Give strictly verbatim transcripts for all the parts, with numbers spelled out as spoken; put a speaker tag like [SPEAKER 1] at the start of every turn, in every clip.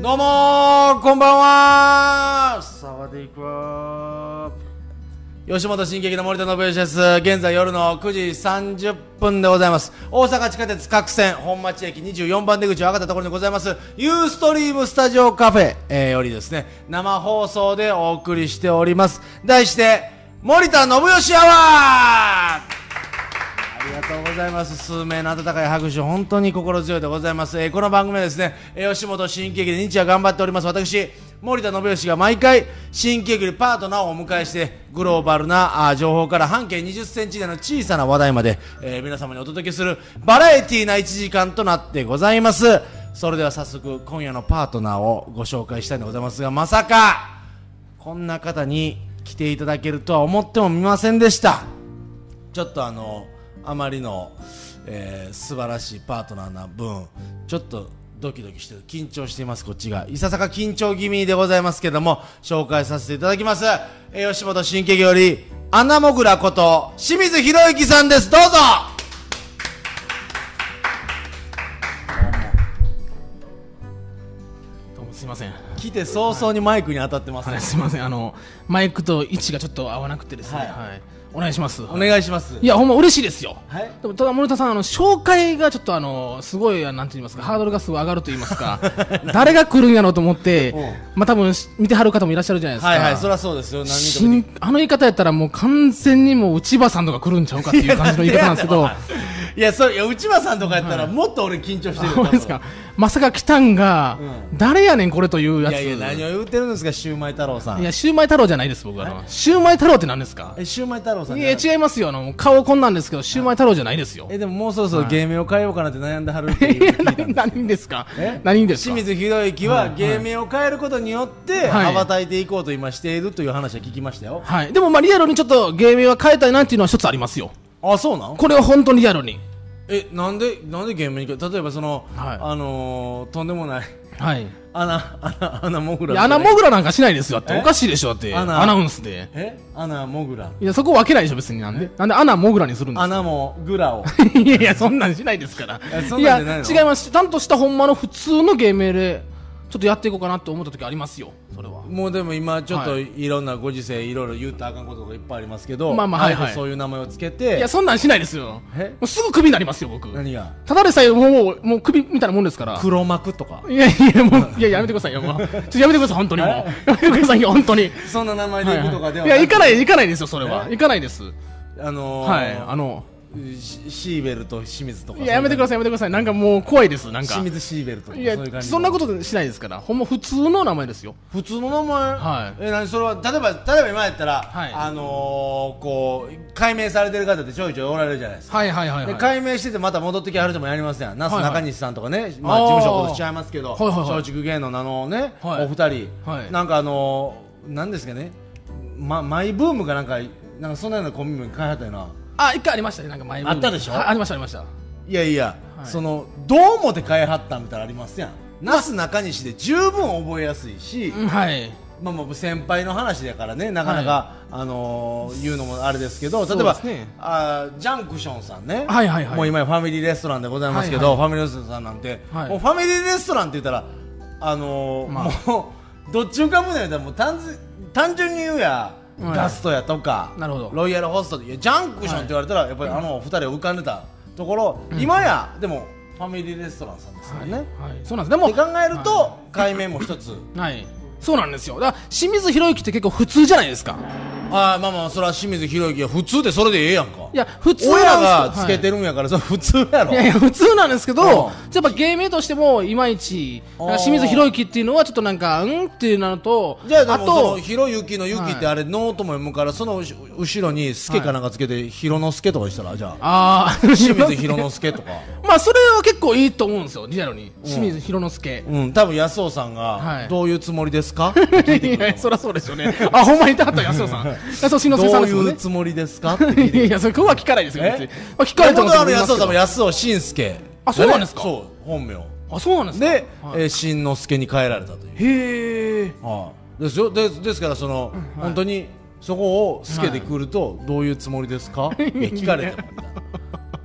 [SPEAKER 1] どうもーこんばんはーサワディークワー吉本新喜劇の森田信義です。現在夜のくじさんじゅっぷんでございます。大阪地下鉄各線本町駅にじゅうよんばん出口を上がったところにございますユーストリームスタジオカフェ、えー、よりですね生放送でお送りしております。題して森田信義アワー。ありがとうございます。数名の温かい拍手本当に心強いでございます。えー、この番組はですね、えー、吉本新喜劇で日夜頑張っております私森田信義が毎回新喜劇でパートナーをお迎えしてグローバルなあ情報から半径にじゅっセンチ以内の小さな話題まで、えー、皆様にお届けするバラエティーないちじかんとなってございます。それでは早速今夜のパートナーをご紹介したいでございますが、まさかこんな方に来ていただけるとは思ってもみませんでした。ちょっとあのあまりの、えー、素晴らしいパートナーな分ちょっとドキドキして緊張しています。こっちがいささか緊張気味でございますけども紹介させていただきます。えー、吉本新喜劇より穴もぐらこと清水宏之さんです。どうぞ。
[SPEAKER 2] どうもすいません。
[SPEAKER 1] 来て早々にマイクに当たってますね、
[SPEAKER 2] はい、すいません。あのマイクと位置がちょっと合わなくてですね、
[SPEAKER 1] はい
[SPEAKER 2] はい、お願いします。
[SPEAKER 1] お願いします。
[SPEAKER 2] いやほんま嬉しいですよ。
[SPEAKER 1] はい、
[SPEAKER 2] でもただ森田さんあの紹介がちょっとあのすごいなんて言いますかハードルがすごい上がると言いますか誰が来るんやろうと思ってまあ多分見てはる方もいらっしゃるじゃないですか。
[SPEAKER 1] はいはい、そりゃそうですよ。何人
[SPEAKER 2] あの言い方やったらもう完全にもう内場さんとか来るんちゃうかっていう感じの言い方なんですけど
[SPEAKER 1] いやそういや内場さんとかやったらもっと俺緊張してるよ。
[SPEAKER 2] ですか。まさか来たんが、うん、誰やねんこれというやつ。
[SPEAKER 1] いやいや何を言ってるんですかシュウマイ太郎さん。
[SPEAKER 2] いやシュウマイ太郎じゃないです僕。あのシュウマイ太郎って何ですか。
[SPEAKER 1] えシュウマイ太郎さん。
[SPEAKER 2] いや違いますよ。あの顔こんなんですけどシュウマイ太郎じゃないですよ。
[SPEAKER 1] えでももうそろそろ芸名を変えようかなって悩んではるっていう聞いたんです。
[SPEAKER 2] 何ですか。何ですか。
[SPEAKER 1] 清水宏之は芸名を変えることによって羽ばたいていこうと今しているという話は聞きましたよ。
[SPEAKER 2] はい。でもまあリアルにちょっと芸名は変えたいなっていうのは一つありますよ。
[SPEAKER 1] あそうなん。
[SPEAKER 2] これは本当にリアルに。
[SPEAKER 1] えなんでなんで芸名に例えばその、はい、あのー、とんでもない、
[SPEAKER 2] はい、
[SPEAKER 1] 穴穴穴もぐら
[SPEAKER 2] 穴もぐらなんかしないですよっておかしいでしょってアナウンスで
[SPEAKER 1] え穴もぐら
[SPEAKER 2] いやそこ分けないでしょ別になんでなんで穴もぐらにするんですか。
[SPEAKER 1] 穴もぐらを
[SPEAKER 2] いやいやそんなんしないですからいや違います。ちゃんとしたほんまの普通の芸名でちょっとやっていこうかなって思った時ありますよ。それは
[SPEAKER 1] もうでも今ちょっといろんなご時世いろいろ言うとあかんことがいっぱいありますけど、
[SPEAKER 2] まあまあはいはい、
[SPEAKER 1] そういう名前をつけて。
[SPEAKER 2] いやそんなんしないですよ。もうすぐクビになりますよ僕。
[SPEAKER 1] 何が。
[SPEAKER 2] ただでさえもうもうクビみたいなもんですから。
[SPEAKER 1] 黒幕とか。
[SPEAKER 2] いやいやもういややめてくださいよもうちょっとやめてください本当にもうやめてくださいよ本当に。
[SPEAKER 1] そんな名前で行くとかでは。
[SPEAKER 2] いや行かない行かないですよそれは行かないです。
[SPEAKER 1] あのー、
[SPEAKER 2] はいあの
[SPEAKER 1] シーベルと清水とか。
[SPEAKER 2] いややめてくださいやめてください。なんかもう怖いですなんか
[SPEAKER 1] 清水シーベルとか。
[SPEAKER 2] いやそんなことしないですからほんま普通の名前ですよ。
[SPEAKER 1] 普通の名前。
[SPEAKER 2] はい。
[SPEAKER 1] え何それは例えば例えば今やったら、はい、あのー、こう改名されてる方ってちょいちょいおられるじゃないですか。
[SPEAKER 2] はいはいはい、はい、
[SPEAKER 1] で改名しててまた戻ってきはる人もやりますやん。なすなかにしさんとかね、はいはい、まあ事務所ことしちゃいますけど、はいはいはい、松竹芸能のあのね、はい、お二人、はい、なんかあのー、なんですかね、まマイブームかなんかなんかそんなようなコンビ名変えはったよな。
[SPEAKER 2] あ、一回ありましたね、なんか前
[SPEAKER 1] あったでしょ。
[SPEAKER 2] ありましたありました。
[SPEAKER 1] いやいや、はい、そのどう思って変えはったみたいなありますやん。なすなかにしで十分覚えやすいし、
[SPEAKER 2] はい、
[SPEAKER 1] まあまあ先輩の話だからねなかなか、はい、あのー、言うのもあれですけど、例えば、ね、あジャンクションさんね、
[SPEAKER 2] はいはいはい、
[SPEAKER 1] もう今やファミリーレストランでございますけど、はいはい、ファミリーレストランさんなんて、はい、もうファミリーレストランって言ったらあのーまあ、もうどっちをかぶないんだもう単単純に言うや。ガストやとか、
[SPEAKER 2] なるほど
[SPEAKER 1] ロイヤルホストでいやジャンクションって言われたら、はい、やっぱりあのふたりを浮かんでたところ、うん、今やでもファミリーレストランさんですよね、はいはい、
[SPEAKER 2] そうなんです。でも
[SPEAKER 1] で考えると、はい、改名も一つ、
[SPEAKER 2] はい、そうなんですよ。だから清水宏之って結構普通じゃないですか。
[SPEAKER 1] ああまあまあそれは清水宏之は普通でそれでええやんか。
[SPEAKER 2] いや普通
[SPEAKER 1] 親がつけてるんやから、はい、それ普通やろ。
[SPEAKER 2] いやいや普通なんですけど、やっぱ芸名としてもいまいち清水宏之っていうのはちょっとなんかうんっていうのと、
[SPEAKER 1] じゃあでもその宏之の之ってあれ、はい、ノートも読むからその後ろに助かなんかつけて宏之助とかしたらじゃあ、あ清水宏之助とか
[SPEAKER 2] まあそれは結構いいと思うんですよリアルに、うん、清水宏之助。うん
[SPEAKER 1] 多分安尾さんが、はい、どういうつもりですかって聞いてくる。
[SPEAKER 2] いやそりゃそうですよね。あほんまにいたかった安尾さん安尾慎之介さんですよね。
[SPEAKER 1] どういうつもりですかって聞いてくる。
[SPEAKER 2] いやそこは聞かないですよ別に。
[SPEAKER 1] 聞かれたことある安尾さんも安尾慎介。
[SPEAKER 2] あそうなんですか。
[SPEAKER 1] そう本名。
[SPEAKER 2] あそうなんですか。
[SPEAKER 1] で、はい、えー、慎之介に変えられたという。
[SPEAKER 2] へえ。
[SPEAKER 1] ああですよ。でですからその、うんはい、本当にそこを助けてくると、はい、どういうつもりですかって聞かれてもみたいな。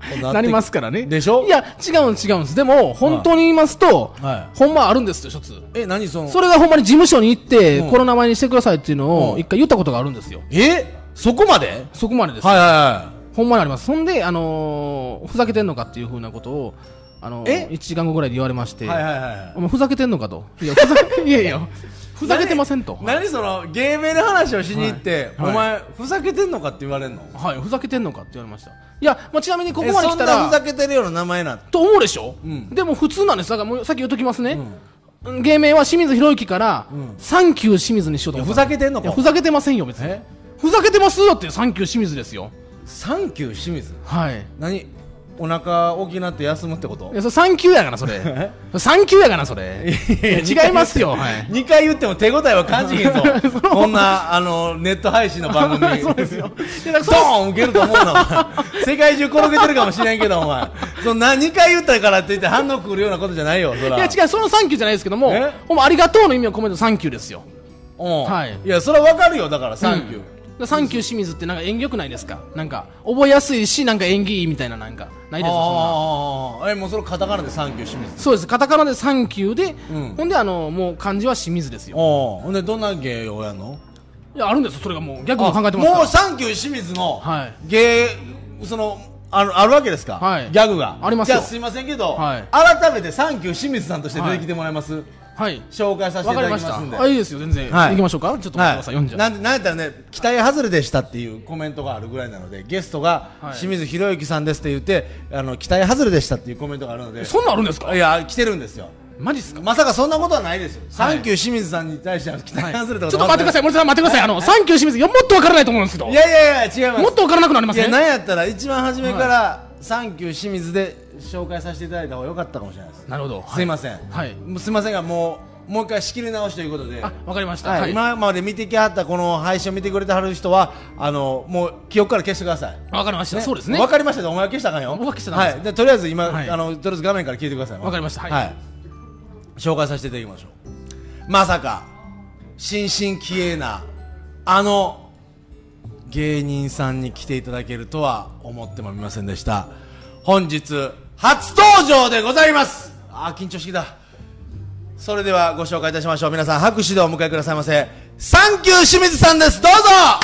[SPEAKER 2] なりますからね。
[SPEAKER 1] でしょ。
[SPEAKER 2] いや違うん違うんです。でも本当に言いますと、
[SPEAKER 1] はい、
[SPEAKER 2] ほんまあるんですよ一つ。
[SPEAKER 1] え何その
[SPEAKER 2] それがほんまに事務所に行って、
[SPEAKER 1] うん、
[SPEAKER 2] コロナ前にしてくださいっていうのを一回言ったことがあるんですよ。
[SPEAKER 1] えそこまで
[SPEAKER 2] そこまでです。
[SPEAKER 1] はいはいはい。
[SPEAKER 2] ほんまにあります。そんで、あのー、ふざけてんのかっていうふうなことを、あのー、いちじかんごぐらいで言われまして、
[SPEAKER 1] はいはいはい、
[SPEAKER 2] お前ふざけてんのかと。いや、ふざいやいや、ふざけてませんと。
[SPEAKER 1] 何その、芸名の話をしに行って、はい、お前、はい、ふざけてんのかって言われるの。
[SPEAKER 2] はい、ふざけてんのかって言われました。いや、まあ、ちなみにここまで来たら。
[SPEAKER 1] そんなふざけてるような名前な
[SPEAKER 2] と思うでしょ、うん、でも普通なんです。だからもうさっき言っときますね。うん、芸名は清水宏之から、うん、サンキュー清水にしようと思って。
[SPEAKER 1] ふざけてんのか。
[SPEAKER 2] ふざけてませんよ、別に。ふざけてますよって、サンキュー清水ですよ。
[SPEAKER 1] サンキュー清水。
[SPEAKER 2] はい。
[SPEAKER 1] 何お腹大きなって休むってこと？
[SPEAKER 2] いや、それサンキューやがなそれ。サンキューやがなそれ。違いますよ。はい。
[SPEAKER 1] にかい言っても手応えは感じへんぞ。こんなあのネット配信の番組。
[SPEAKER 2] そうですよ。
[SPEAKER 1] ドーン受けると思うな。世界中転げてるかもしれんけどお前。そんなにかい言ったからって言って反応くるようなことじゃないよ。そら。
[SPEAKER 2] いや違う、そのサンキューじゃないですけども、ほんまありがとうの意味を込めたサンキューですよ。
[SPEAKER 1] はい。いやそれはわかるよだからサンキュー。
[SPEAKER 2] サンキュー清水ってなんか縁起良くないですか？なんか覚えやすいし、なんか縁起いいみたいな、なんかないですか？
[SPEAKER 1] ああ、えもうそれカタカナでサンキュー清水。
[SPEAKER 2] そうです、カタカナでサンキューで、うん、ほんであのもう漢字は清水ですよ。
[SPEAKER 1] ほんでどんな芸をやるの？
[SPEAKER 2] いやあるんです。それがもう逆に考えてますから。
[SPEAKER 1] もうサンキュー清水の芸、そのあるあるわけですか？はい、ギャグが
[SPEAKER 2] ありますよ。
[SPEAKER 1] じゃあすいませんけど、はい、改めてサンキュー清水さんとして出てきてもらえます？はいはい、紹介させていただきますんで。
[SPEAKER 2] あ、いいですよ全然。はい、行きましょうか。ちょっと待ってください。読んじゃう。
[SPEAKER 1] なんでなんやったらね、期待外れでしたっていうコメントがあるぐらいなので、ゲストが清水宏之さんですって言って、あの期待外れでしたっていうコメントがあるので。
[SPEAKER 2] そんなあるんですか？
[SPEAKER 1] いや来てるんですよ。
[SPEAKER 2] マジっすか？
[SPEAKER 1] まさかそんなことはないですよ。サンキュー清水さんに対しては期待外れたことは。
[SPEAKER 2] ちょっと待ってください。森さん待ってください。あのサンキュー清水、いやもっとわからないと思うんですけど。
[SPEAKER 1] いやいやいや違います。
[SPEAKER 2] もっとわからなくなりますね。
[SPEAKER 1] いやなんやったら一番初めからサンキュー清水で紹介させていただいた方が良かったかもしれないです。
[SPEAKER 2] なるほど。
[SPEAKER 1] すいません。はい。すいませんがもう。もう一回仕切り直しということで、
[SPEAKER 2] あ、わかりました。
[SPEAKER 1] はい
[SPEAKER 2] はい、
[SPEAKER 1] 今まで見てきはったこの配信を見てくれてはる人はあのもう記憶から消してください。
[SPEAKER 2] わかりました。ね、そうですね。
[SPEAKER 1] わかりました。お前は消したらあかんよ。
[SPEAKER 2] 僕は消したら
[SPEAKER 1] はい。でとりあえず今、はい、あのとりあえず画面から消えてください。
[SPEAKER 2] わかりました。はい。
[SPEAKER 1] はい、紹介させていただきましょう。まさか新進気鋭なあの芸人さんに来ていただけるとは思ってもみませんでした。本日初登場でございます。あー緊張してきた。それではご紹介いたしましょう。皆さん拍手でお迎えくださいませ。サンキュー清水さんです。どうぞ。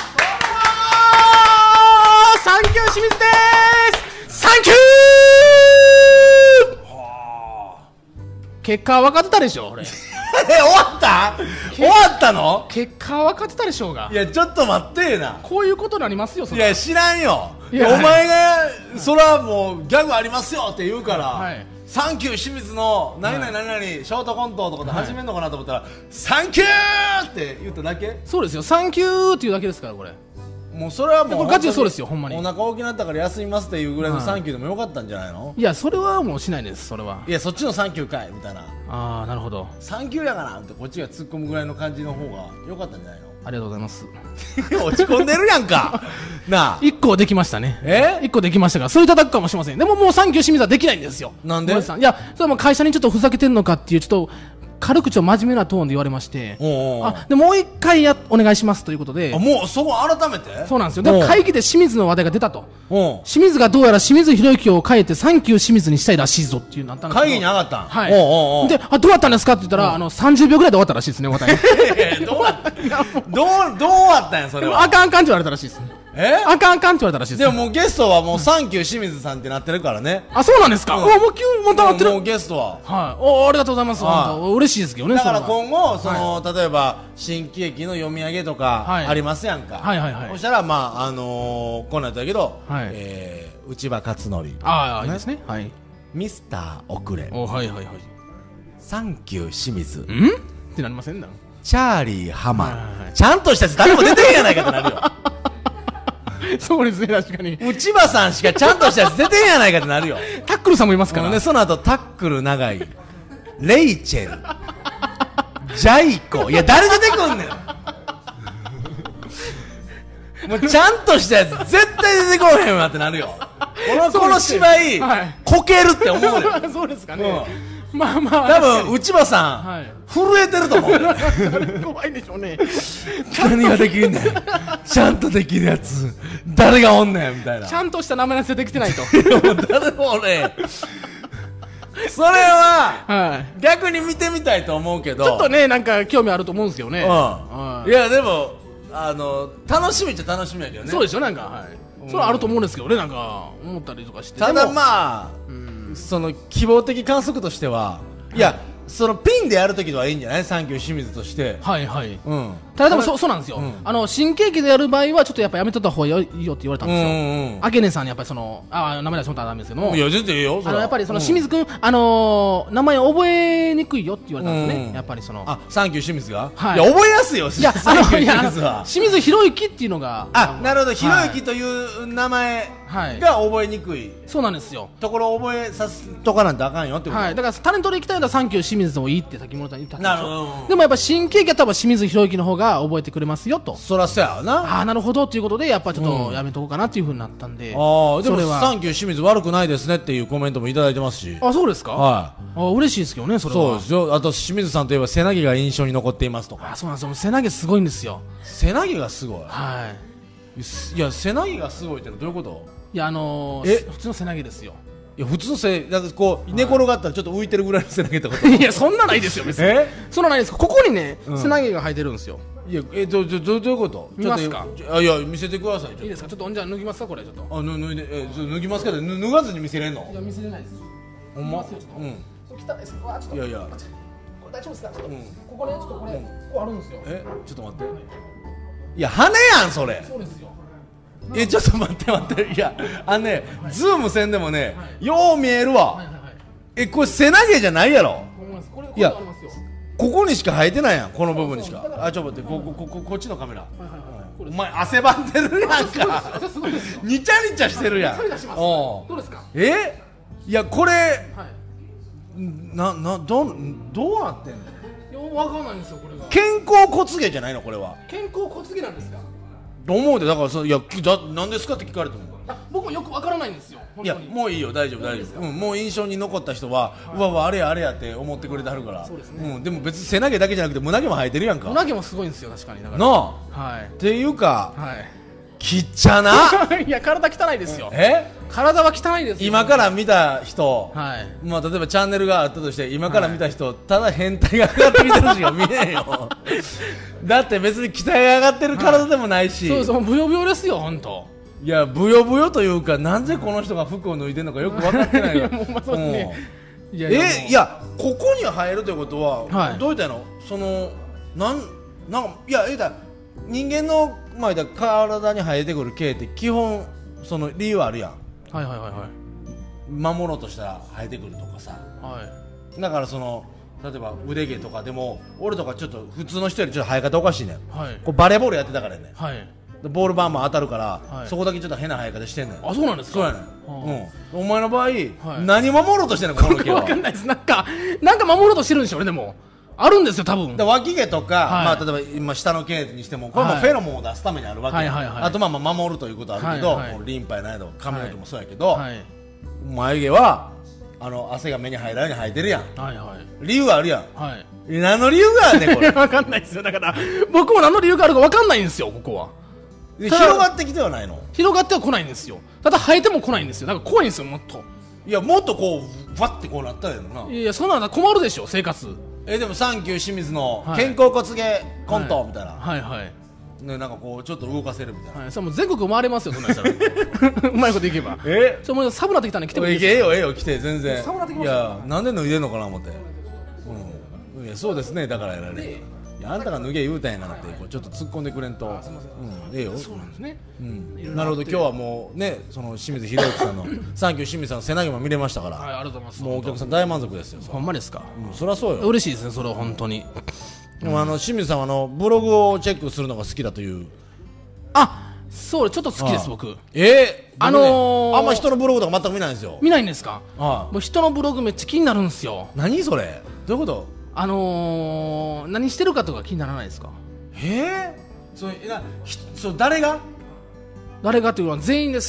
[SPEAKER 2] サンキュー清水です。サンキュー。結果は分かってたでしょ俺。え
[SPEAKER 1] 終わった終わったの？
[SPEAKER 2] 結果は分かってたでしょうが。
[SPEAKER 1] いやちょっと待ってえな。
[SPEAKER 2] こういうことになりますよ。そ
[SPEAKER 1] いや知らんよ。いやお前が、はい、そらもうギャグありますよって言うから、はい、サンキュー清水の何々何々、はい、ショートコントとかで始めるのかなと思ったら、はい、サンキューって言っただけ。
[SPEAKER 2] そうですよ。サンキューっていうだけですからこれ。
[SPEAKER 1] もうそれはもう
[SPEAKER 2] ガチでそうですよ。ほんまに
[SPEAKER 1] お腹大きくなったから休みますっていうぐらいのサンキューでもよかったんじゃないの？
[SPEAKER 2] はい、いやそれはもうしないです。それはい
[SPEAKER 1] やそっちのサンキューかいみたいな。
[SPEAKER 2] ああなるほど。
[SPEAKER 1] サンキューやがなってこっちが突っ込むぐらいの感じの方がよかったんじゃないの？
[SPEAKER 2] ありがとうございます。
[SPEAKER 1] 落ち込んでるやんか。なあ
[SPEAKER 2] 一個できましたね。
[SPEAKER 1] え
[SPEAKER 2] 一個できましたからそれいただくかもしれません。でももうサンキュー清水はできないんですよ。
[SPEAKER 1] なんで？
[SPEAKER 2] いやそれはもう会社にちょっとふざけてんのかっていうちょっと軽くちょっと真面目なトーンで言われまして、おうおうあでもう一回やお願いしますということで。
[SPEAKER 1] あもうそこ改めて？
[SPEAKER 2] そうなんですよ。でも会議で清水の話題が出たと。清水がどうやら清水宏之を変えてサンキュー清水にしたいらしいぞっていうなったんですけど。
[SPEAKER 1] 会議に上がったん？
[SPEAKER 2] はい。おうおうおうであどうやったんですかって言ったらあのさんじゅうびょうぐらいで終わったらしいですね。話題
[SPEAKER 1] どうやったどうどうあったんやそれは。
[SPEAKER 2] あかんあかんって言われたらしいですね。
[SPEAKER 1] え
[SPEAKER 2] あかんあかんって言われたらしいです。
[SPEAKER 1] でももうゲストはもうサンキュー清水さんってなってるからね。
[SPEAKER 2] あそうなんですか。うん、もう急にまたなってる。
[SPEAKER 1] もうゲストは
[SPEAKER 2] はいおありがとうございます。はい、嬉しいですけどね。
[SPEAKER 1] だから今後その、はい、例えば新喜劇の読み上げとかありますやんか。はいはいはい。そしたらまああのー、こうなったけど、はい、えー、内場勝則。
[SPEAKER 2] ああいいですね。はい。
[SPEAKER 1] ミスター遅れ。
[SPEAKER 2] おはいはいはい。
[SPEAKER 1] サンキュー清水。ん
[SPEAKER 2] ってなりませんな。
[SPEAKER 1] チャーリー浜。はいはいはい、ちゃんとしたやつ誰も出てへんやないかってなるよ。
[SPEAKER 2] そうですね確かに
[SPEAKER 1] 内場さんしかちゃんとしたやつ出てんやないかってなるよ。
[SPEAKER 2] タックルさんもいますから
[SPEAKER 1] ね。その後タックル長いレイチェルジャイコいや誰出てくんねん。もうちゃんとしたやつ絶対出てこへんわってなるよ。 のこの芝居、
[SPEAKER 2] はい、
[SPEAKER 1] こけるって思うで
[SPEAKER 2] そうですかね、うん、まあまあ
[SPEAKER 1] 多分内場さん、はい、震えてると思う
[SPEAKER 2] 怖いでしょうね
[SPEAKER 1] 何ができるねんちゃんとできるやつ誰がおんねんみたいな
[SPEAKER 2] ちゃんとした名前のせてきてないと
[SPEAKER 1] 誰もねそれは、はい、逆に見てみたいと思うけど
[SPEAKER 2] ちょっとねなんか興味あると思うんですけどね、うん
[SPEAKER 1] はい、いやでもあの楽しみっちゃ楽しみやけどね
[SPEAKER 2] そうでしょなんか、はい、それはあると思うんですけどねなんか思ったりとかして
[SPEAKER 1] ただまあ、うん、その希望的観測としては、いやそのピンでやるときはいいんじゃないサンキュー清水として
[SPEAKER 2] はいはい、うん、ただでもそそうなんですよ、うん、あの新喜劇でやる場合はちょっとやっぱやめとった方がいいよって言われたんですよ、うんうん、アケネさんにやっぱりそのあ名前出してもらったらダメですけども
[SPEAKER 1] いや全然いいよ
[SPEAKER 2] あのやっぱりその清水君、うん、あのー、名前覚えにくいよって言われたんですね、うん、やっぱりその
[SPEAKER 1] あサンキュー清水が、はい、いや覚えやすいよいやサンキュー清水は
[SPEAKER 2] 清水博之っていうのが
[SPEAKER 1] あなるほど博之という名前が覚えにくい、はい、
[SPEAKER 2] そうなんですよ
[SPEAKER 1] ところを覚えさせとかなんとあかんよってこと、
[SPEAKER 2] はい、だからタレントで行きたいのはサンキュー清水でもいいって先物さん言ったんですよでもやっぱ新喜劇は多分清水博之の方が覚えてくれますよと
[SPEAKER 1] そらそうやな
[SPEAKER 2] ああなるほどということでやっぱちょっとやめとこうかなっていうふうになったんで、うん、
[SPEAKER 1] ああでもサンキュー清水悪くないですねっていうコメントもいただいてますし
[SPEAKER 2] あそうですか
[SPEAKER 1] はい
[SPEAKER 2] あ嬉しいですけどねそれは
[SPEAKER 1] そうですよあと清水さんといえば背投げが印象に残っていますとか
[SPEAKER 2] あそうなんですよ背投げすごいんですよ
[SPEAKER 1] 背投げがすごい
[SPEAKER 2] はい
[SPEAKER 1] いや背投げがすごいってのはどういうこと
[SPEAKER 2] いやあのー、え普通の背投げですよ
[SPEAKER 1] いや普通の背だからこう寝転がったらちょっと浮いてるぐらいの背投げってこと
[SPEAKER 2] いやそんなないですよ別にえそんなないですここにね、うん、背投げが生えてるんですよ
[SPEAKER 1] いやえどどどどういうこと
[SPEAKER 2] 見ますか
[SPEAKER 1] あいや見せてください
[SPEAKER 2] いいですかちょっとじゃあ脱ぎますかこれちょっと
[SPEAKER 1] あ脱いでえ脱ぎますかで脱がずに見せれんの
[SPEAKER 2] いや見せれないです
[SPEAKER 1] ほんまうん
[SPEAKER 2] 汚いですわちょっと
[SPEAKER 1] いやいや
[SPEAKER 2] これ大丈夫ですかちょっと、うん、ここねちょっとこれ、うん、ここあるんですよ
[SPEAKER 1] えちょっと待っていや羽やんそれ
[SPEAKER 2] そうですよ
[SPEAKER 1] えちょっと待って待っていやあのねズームせんでもね、はい、よう見えるわ、はいはいはい、えこれ背投げじゃないやろ
[SPEAKER 2] これ
[SPEAKER 1] いやここにしか生えてないやんこの部分にしかあちょっと待ってこここここっちのカメラ、はいはいはい、お前汗ばんでるやんかにちゃにちゃしてるやん
[SPEAKER 2] どうですか
[SPEAKER 1] えいやこれ、はい、ななどどうなってんの
[SPEAKER 2] いや分かんないんですよこれが
[SPEAKER 1] 肩甲骨毛じゃないのこれは
[SPEAKER 2] 肩甲骨毛なんですか
[SPEAKER 1] と思うでだからそいやだ何ですかって聞かれても
[SPEAKER 2] 僕もよくわからないんですよ
[SPEAKER 1] いやもういいよ大丈夫大丈夫、うん、もう印象に残った人は、はい、うわうわあれやあれやって思ってくれてはるから
[SPEAKER 2] そうですね、
[SPEAKER 1] うん、でも別に背投げだけじゃなくて胸毛も生えてるやんか
[SPEAKER 2] 胸毛もすごいんですよ確かにだから
[SPEAKER 1] なあ、
[SPEAKER 2] はい、
[SPEAKER 1] っていうか、
[SPEAKER 2] はい、
[SPEAKER 1] きっちゃない
[SPEAKER 2] や体汚いですよ
[SPEAKER 1] え
[SPEAKER 2] 体は汚いですよ
[SPEAKER 1] 今から見た人、
[SPEAKER 2] はい、
[SPEAKER 1] まあ、例えばチャンネルがあったとして今から見た人、はい、ただ変態が上がってきてるしか見えんよだって別に鍛え上がってる体でもないし、
[SPEAKER 2] はい、そうそうブヨブヨですよ本当
[SPEAKER 1] いやブヨブヨというかなんでこの人が服を脱いでるのかよく分かってないよ
[SPEAKER 2] いや
[SPEAKER 1] えいやここに入るということは、
[SPEAKER 2] はい、
[SPEAKER 1] どういったのそのなんなんかいや言うたら人間の、まあ、体に生えてくる毛って基本その理由あるやん
[SPEAKER 2] はいはいはいはい
[SPEAKER 1] 守ろうとしたら生えてくるとかさ、
[SPEAKER 2] はい、
[SPEAKER 1] だからその例えば腕毛とかでも俺とかちょっと普通の人よりちょっと生え方おかしいねん、
[SPEAKER 2] はい、
[SPEAKER 1] こうバレーボールやってたからね、
[SPEAKER 2] はい、
[SPEAKER 1] ボールバンバン当たるから、
[SPEAKER 2] はい、
[SPEAKER 1] そこだけちょっと変な生え方してんねん
[SPEAKER 2] あそうなんですか
[SPEAKER 1] そうやねん、はあ、うん、お前の場合、はい、何守ろうとしてんのこの毛は
[SPEAKER 2] 分かんないですなんかなんか守ろうとしてるんでしょうねでもあるんですよ多分
[SPEAKER 1] 脇毛とか、はいまあ、例えば今下の毛にしてもこれもフェロモンを出すためにあるわけ、はいはいはいはい、あとまあまあ守るということあるけど、はいはい、リンパやないと髪の毛もそうやけど、はい、眉毛はあの汗が目に入らないように生えてるやん、はいはい、理由あるやん、はい、何の理由があるねんこれ
[SPEAKER 2] 分かんないですよだから僕も何の理由があるか分かんないんですよここは
[SPEAKER 1] 広がってきてはないの
[SPEAKER 2] 広がっては来ないんですよただ生えても来ないんですよなんか怖いんですよもっと
[SPEAKER 1] いやもっとこうファッてこうなったらやろない
[SPEAKER 2] やそんなの困るでしょ生活
[SPEAKER 1] えでもサンキュー清水の肩甲骨毛コント、はい、みたいな
[SPEAKER 2] はいはい
[SPEAKER 1] ね、なんかこうちょっと動かせるみたいな、
[SPEAKER 2] はい、それもう全国回れますよそんなんしたらうまいこといけば
[SPEAKER 1] え
[SPEAKER 2] それもう寒なってきたんで来てもいい
[SPEAKER 1] ですかええよええよ来て全然
[SPEAKER 2] 寒なってきま
[SPEAKER 1] したいやなんで脱いでんのかな思ってうんいやそうですねだからやられるいやあんたが脱げ言うたんやからってこうちょっと突っ込んでくれんと
[SPEAKER 2] すいません、
[SPEAKER 1] うん、ええよ
[SPEAKER 2] そうなんですね、
[SPEAKER 1] うん、なるほど今日はもうねその清水宏之さんのサンキュー清水さんの背投げも見れましたから
[SPEAKER 2] はいありがとうございます
[SPEAKER 1] もうお客さん大満足ですよ
[SPEAKER 2] ほんまですか、
[SPEAKER 1] うん、そりゃそうよ
[SPEAKER 2] 嬉しいですねそれは本当に
[SPEAKER 1] でもあの清水さんはあのブログをチェックするのが好きだという
[SPEAKER 2] あそうちょっと好きです僕
[SPEAKER 1] えー、
[SPEAKER 2] あのー、
[SPEAKER 1] あんま人のブログとか全く見ないんですよ
[SPEAKER 2] 見ないんですかああもう人のブログめっちゃ気になるんですよ
[SPEAKER 1] 何それどういうこと
[SPEAKER 2] あのー、何してるかとか気にならないですか
[SPEAKER 1] えー、それなひそ誰が
[SPEAKER 2] 誰がっていうのは全員ですよ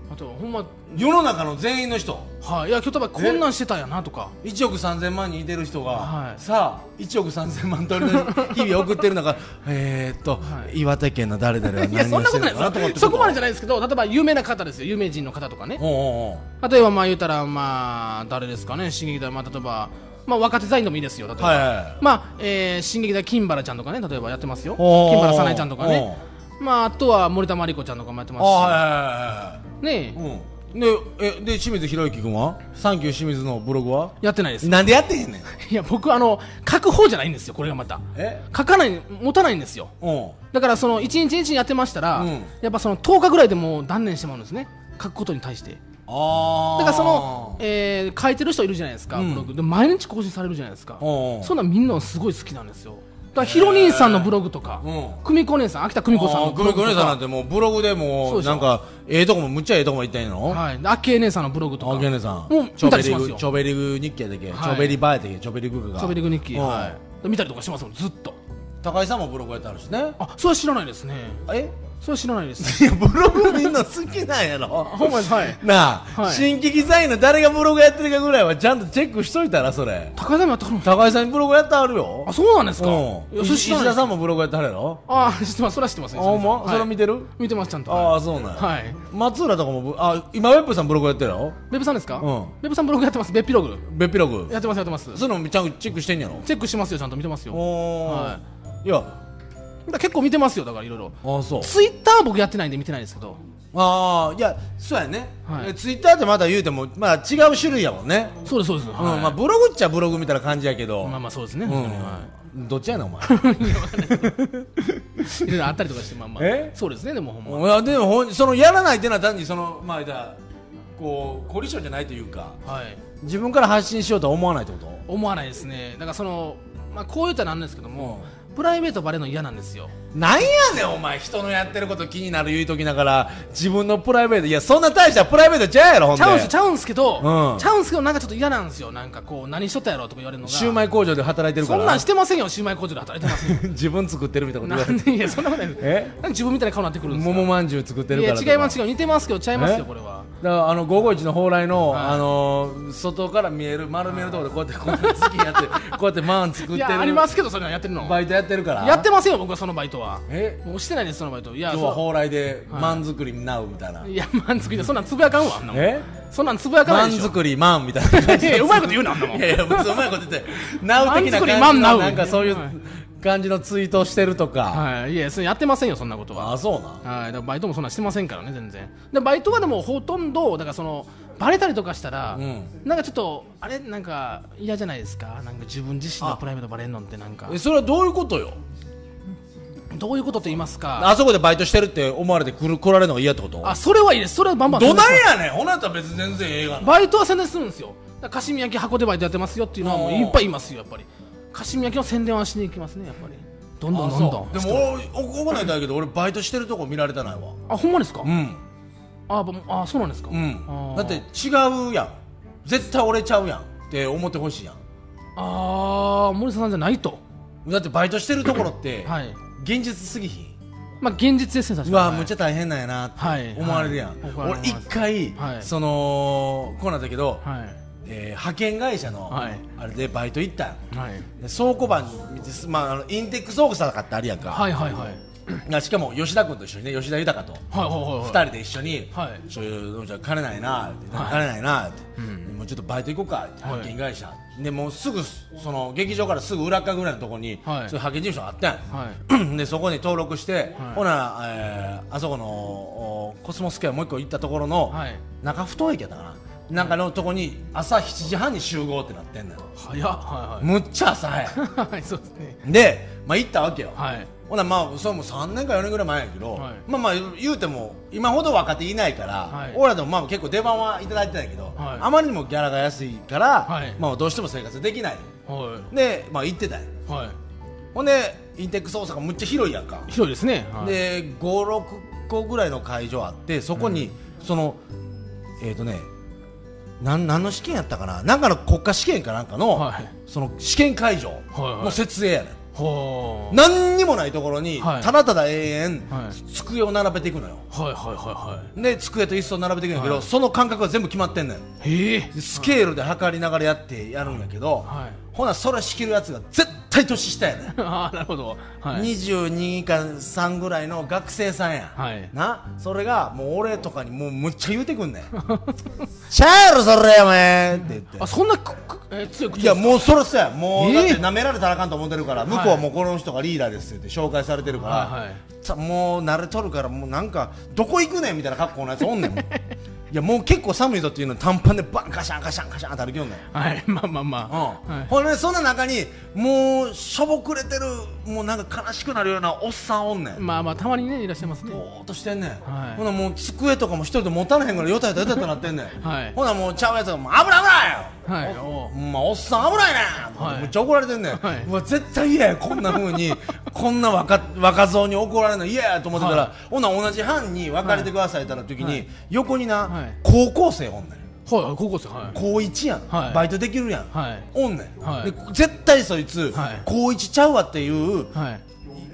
[SPEAKER 2] あとほんま
[SPEAKER 1] 世の中の全員の人、
[SPEAKER 2] はい、いや今日ばこんなんしてたんやなとか
[SPEAKER 1] いちおくさんぜんまん人いてる人が、
[SPEAKER 2] はい、
[SPEAKER 1] さあいちおくさんぜんまん通りの日々を送ってる中えーっと、はい、岩手県の誰々は何をしてるのかなと思って、
[SPEAKER 2] そこまでじゃないですけど、例えば有名な方ですよ、有名人の方とかね。
[SPEAKER 1] おうおうおう、
[SPEAKER 2] 例えばまあ言うたらまあ誰ですかね、新劇団、まあ例えばまあ若手座員でもいいですよ、例えば、はいはいはい、まあ、えー、新劇団金原ちゃんとかね、例えばやってますよ、金原さなえちゃんとかね、まああとは森田真理子ちゃんとかもやってますし、はいはいはい、ねえ、うん
[SPEAKER 1] で, えで清水宏之君はサンキュー清水のブログは
[SPEAKER 2] やってないです。
[SPEAKER 1] なんでやってへんねん。
[SPEAKER 2] いや僕あの書く方じゃないんですよ、これがまたえ書かない持たないんですよ。だからその一日一日やってましたら、うん、やっぱそのとおかぐらいでもう断念してもらうんですね、書くことに対して。あだからその、えー、書いてる人いるじゃないですか、うん、ブログで毎日更新されるじゃないですか。そんなみんなすごい好きなんですよ。だからヒロ兄さんのブログとか、久美子姉さん、秋田久美子さんのブログとか、久美子姉さんなん
[SPEAKER 1] てもうブログでもなんかええとこもむっちゃええとこも行ったんやの。
[SPEAKER 2] はい。秋江姉さんのブログとか、
[SPEAKER 1] 秋江姉さん、
[SPEAKER 2] もう見たりしますよ。
[SPEAKER 1] チョベリグ日記やったっけ、チョベリバーやったっけ、チョベリグが、
[SPEAKER 2] チョベリグ日記、はい。見たりとかしますもん、ずっと。
[SPEAKER 1] 高井さんもブログやってあるしね。
[SPEAKER 2] あ、それは知らないですね。
[SPEAKER 1] え？
[SPEAKER 2] それは知らないです。
[SPEAKER 1] いやブログみんな好きなんやろ。
[SPEAKER 2] ほんまです。はい。
[SPEAKER 1] なあ、はい、新規デザインの誰がブログやってるかぐらいはちゃんとチェックしといたらそれ。
[SPEAKER 2] 高井さんもやったの？
[SPEAKER 1] 高井さんにブログやってあるよ。
[SPEAKER 2] あ、そうなんですか。うん。
[SPEAKER 1] 石田さんもブログやってあるやろ。
[SPEAKER 2] あ、知ってます。それは知ってます。
[SPEAKER 1] あ、ほんま？それ見てる？
[SPEAKER 2] 見てますちゃんと。
[SPEAKER 1] ああ、そうなん。
[SPEAKER 2] はい。
[SPEAKER 1] 松浦とかもあ、今ウェブさんブログやってるやろ。
[SPEAKER 2] ウェブさんですか？
[SPEAKER 1] うん。
[SPEAKER 2] ウェブさんブログやってます。別ピログ。
[SPEAKER 1] 別ピログ。
[SPEAKER 2] やってますやってます。
[SPEAKER 1] そういうのちゃんとチェックしてんやろ。
[SPEAKER 2] チェックしますよ、ちゃんと見てますよ。
[SPEAKER 1] はい。いや。
[SPEAKER 2] 結構見てますよ、だからいろいろ。
[SPEAKER 1] ああ、そう。
[SPEAKER 2] ツイッター僕やってないんで見てないですけど。
[SPEAKER 1] ああ、いや、そうやね。はい、ツイッターってまだ言うても、まあ違う種類やもんね。
[SPEAKER 2] そうですそうです。
[SPEAKER 1] うん、まあブログっちゃブログみたいな感じやけど。
[SPEAKER 2] まあまあそうですね。
[SPEAKER 1] うん、はい。どっちやねんお前。
[SPEAKER 2] いろいろあったりとかして、まあまあ。え？そうですね、でもほんま。
[SPEAKER 1] いやでもほんそのやらないっていうのは単にそのまあだこう凝り性じゃないというか、はい。自分から発信しようとは思わないってこと？
[SPEAKER 2] 思わないですね。だからそのまあこう言ったらなんですけども。うんプライベートバレるの嫌なんですよ。
[SPEAKER 1] なんやねんお前、人のやってること気になる言うときながら自分のプライベート、いやそんな大したプライベートちゃうやろ。ほんで
[SPEAKER 2] ちゃうんすちゃうんすけど、うん、ちゃうんすけどなんかちょっと嫌なんですよ。なんかこう何しとったやろとか言われるのが。
[SPEAKER 1] シュウマイ工場で働いてるから。
[SPEAKER 2] そんなんしてませんよ。シュウマイ工場で働いてます
[SPEAKER 1] 自分作ってるみたいなこと
[SPEAKER 2] 言われて。いやそんなことないです。え？なんで自分みたいな顔になってくるんですか。
[SPEAKER 1] 桃まんじゅう作ってるからとか。
[SPEAKER 2] いや違います違う、似てますけどちゃいますよこれは。
[SPEAKER 1] だからあのごーごーいちの蓬莱の、はい、あのー、外から見える丸見えるところでこうやってこうやって月やってこうやってマン作ってる。いや
[SPEAKER 2] ありますけどそれはやってるの。
[SPEAKER 1] バイトやってるから。
[SPEAKER 2] やってませんよ僕はそのバイトは。え？もうしてないですそのバイト。いや
[SPEAKER 1] 今日は蓬莱でマン作りになうみたいな。
[SPEAKER 2] いやマン作りでそんなんつぶやかんわあんなもん。え？そんなんつぶやかないでしょ。
[SPEAKER 1] マン作りマンみたいな感じ。
[SPEAKER 2] いやうまいこと言うなあんなもん。
[SPEAKER 1] いやいや別にうまいこと言ってなう的な感じのなんかそういう感じのツイートしてるとか。
[SPEAKER 2] はい。いやそれやってませんよそんなことは。
[SPEAKER 1] あそうな。
[SPEAKER 2] はい。だからバイトもそんなしてませんからね全然。でバイトはでもほとんどだからそのバレたりとかしたら、うん、なんかちょっとあれなんか嫌じゃないですか。なんか自分自身のプライベートバレんのってなんか。
[SPEAKER 1] えそれはどういうことよ。
[SPEAKER 2] どういうことって言いますか。
[SPEAKER 1] あそこでバイトしてるって思われて来る来られるのが嫌ってこと。
[SPEAKER 2] あそれはいいです。それはバンバン
[SPEAKER 1] どないやねん。ほなったら別に全然ええがな。
[SPEAKER 2] バイトは宣伝するんですよ。カシミヤキ箱でバイトやってますよっていうのはもういっぱいいますよやっぱり。カシミヤキの宣伝はしに行きますねやっぱり。どんどんどんどん。
[SPEAKER 1] でも俺怒らないだけど俺バイトしてるとこ見られてないわ。
[SPEAKER 2] あほんまですか。
[SPEAKER 1] うん。
[SPEAKER 2] ああそうなんですか。
[SPEAKER 1] うん。だって違うやん。絶対俺ちゃうやんって思ってほしいやん。
[SPEAKER 2] ああ森下さんじゃないと。
[SPEAKER 1] だってバイトしてるところって現実すぎひん。
[SPEAKER 2] まあ現実ですね確かに。
[SPEAKER 1] うわむっちゃ大変なんやなって思われるやん。俺一回そのこうなんだけど。えー、派遣会社の、はい、あれでバイト行ったん、はい、で倉庫番に、まあ、あのインテックス倉庫さんってあるやんか、
[SPEAKER 2] はいはいはい、
[SPEAKER 1] しかも吉田君と一緒にね吉田豊と、はいはいはいはい、ふたりで一緒に、はい、そういうじゃ金ないなって、はい、金ないなって、うん、もうちょっとバイト行こうかって、はい、派遣会社でもうすぐその劇場からすぐ裏側ぐらいのところに、はい、そういう派遣事務所があったん、はい、でそこに登録して、はい、ほな、えー、あそこのコスモスケアもう一個行ったところの、はい、中ふ頭駅やったかななんかのとこに朝しちじはんに集合ってなってんのよ。
[SPEAKER 2] 早っ、はいはい、
[SPEAKER 1] むっちゃ朝早い
[SPEAKER 2] はいそうですね。
[SPEAKER 1] で、まあ、行ったわけよ、はい、ほなまあそれもさんねんかよねんぐらい前やけど、はい、まあまあ言うても今ほど若手いないから、はい、俺らでもまあ結構出番はいただいてたんやけど、はい、あまりにもギャラが安いから、はい、まあどうしても生活できない、はい、で、まあ、行ってたんや、はい、ほんでインテックス大阪むっちゃ広いやんか。
[SPEAKER 2] 広いですね、はい、
[SPEAKER 1] でご、ろっこぐらいの会場あってそこに、うん、そのえっ、ー、とねなん何の試験やったかななんかの国家試験かなんかの、はい、その試験会場の設営やねん、はいはい、 何にもないところにただただ永遠机を並べていくのよ。で机と椅子を並べていくんやけど、その間隔は全部決まってんねん。スケールで測りながらやってやるんやけど、ほなそれ仕切るやつが絶対年下やねん。
[SPEAKER 2] ああなるほど、
[SPEAKER 1] はい、にじゅうにかさんぐらいの学生さんや、はい、なそれがもう俺とかにもうむっちゃ言うてくんねんちゃうやろそれやお前って言って、
[SPEAKER 2] あそんなくく、えー、強く
[SPEAKER 1] いやもうそれさやもう、えー、だって舐められたらあかんと思ってるから、向こうはもうこの人がリーダーですって紹介されてるから、はいはい、さもう慣れとるからもうなんかどこ行くねんみたいな格好のやつおんねんもういやもう結構寒いぞっていうのに短パンでバンカシャンカシャンカシャンって歩きよんねん。
[SPEAKER 2] はいまあまあまあ、
[SPEAKER 1] うんはい、ほんでそんな中にもうしょぼくれてるもうなんか悲しくなるようなおっさんおんねん。
[SPEAKER 2] まあまあたまにねいらっしゃいますね。
[SPEAKER 1] ぼーっとしてんねん、はい、ほなもう机とかも一人で持たれへんからよたよたよたよたなってんねん、はい、ほなもうちゃうやつがもう危ない危ないよ、はい、お, お, まあ、おっさん危ないねん、はい、めっちゃ怒られてんねん、はい、うわ絶対嫌やこんな風にこんな若若造に怒られるの嫌やと思ってたら、はい、ほな同じ班に分かれてくださいって言った時に、はい、横にな、はい、高校生おんねん。
[SPEAKER 2] はい、高校生、はい、
[SPEAKER 1] 高一やん、はい、バイトできるやん、はい、おんねん、はい、で絶対そいつ、はい、高一ちゃうわっていう、はい、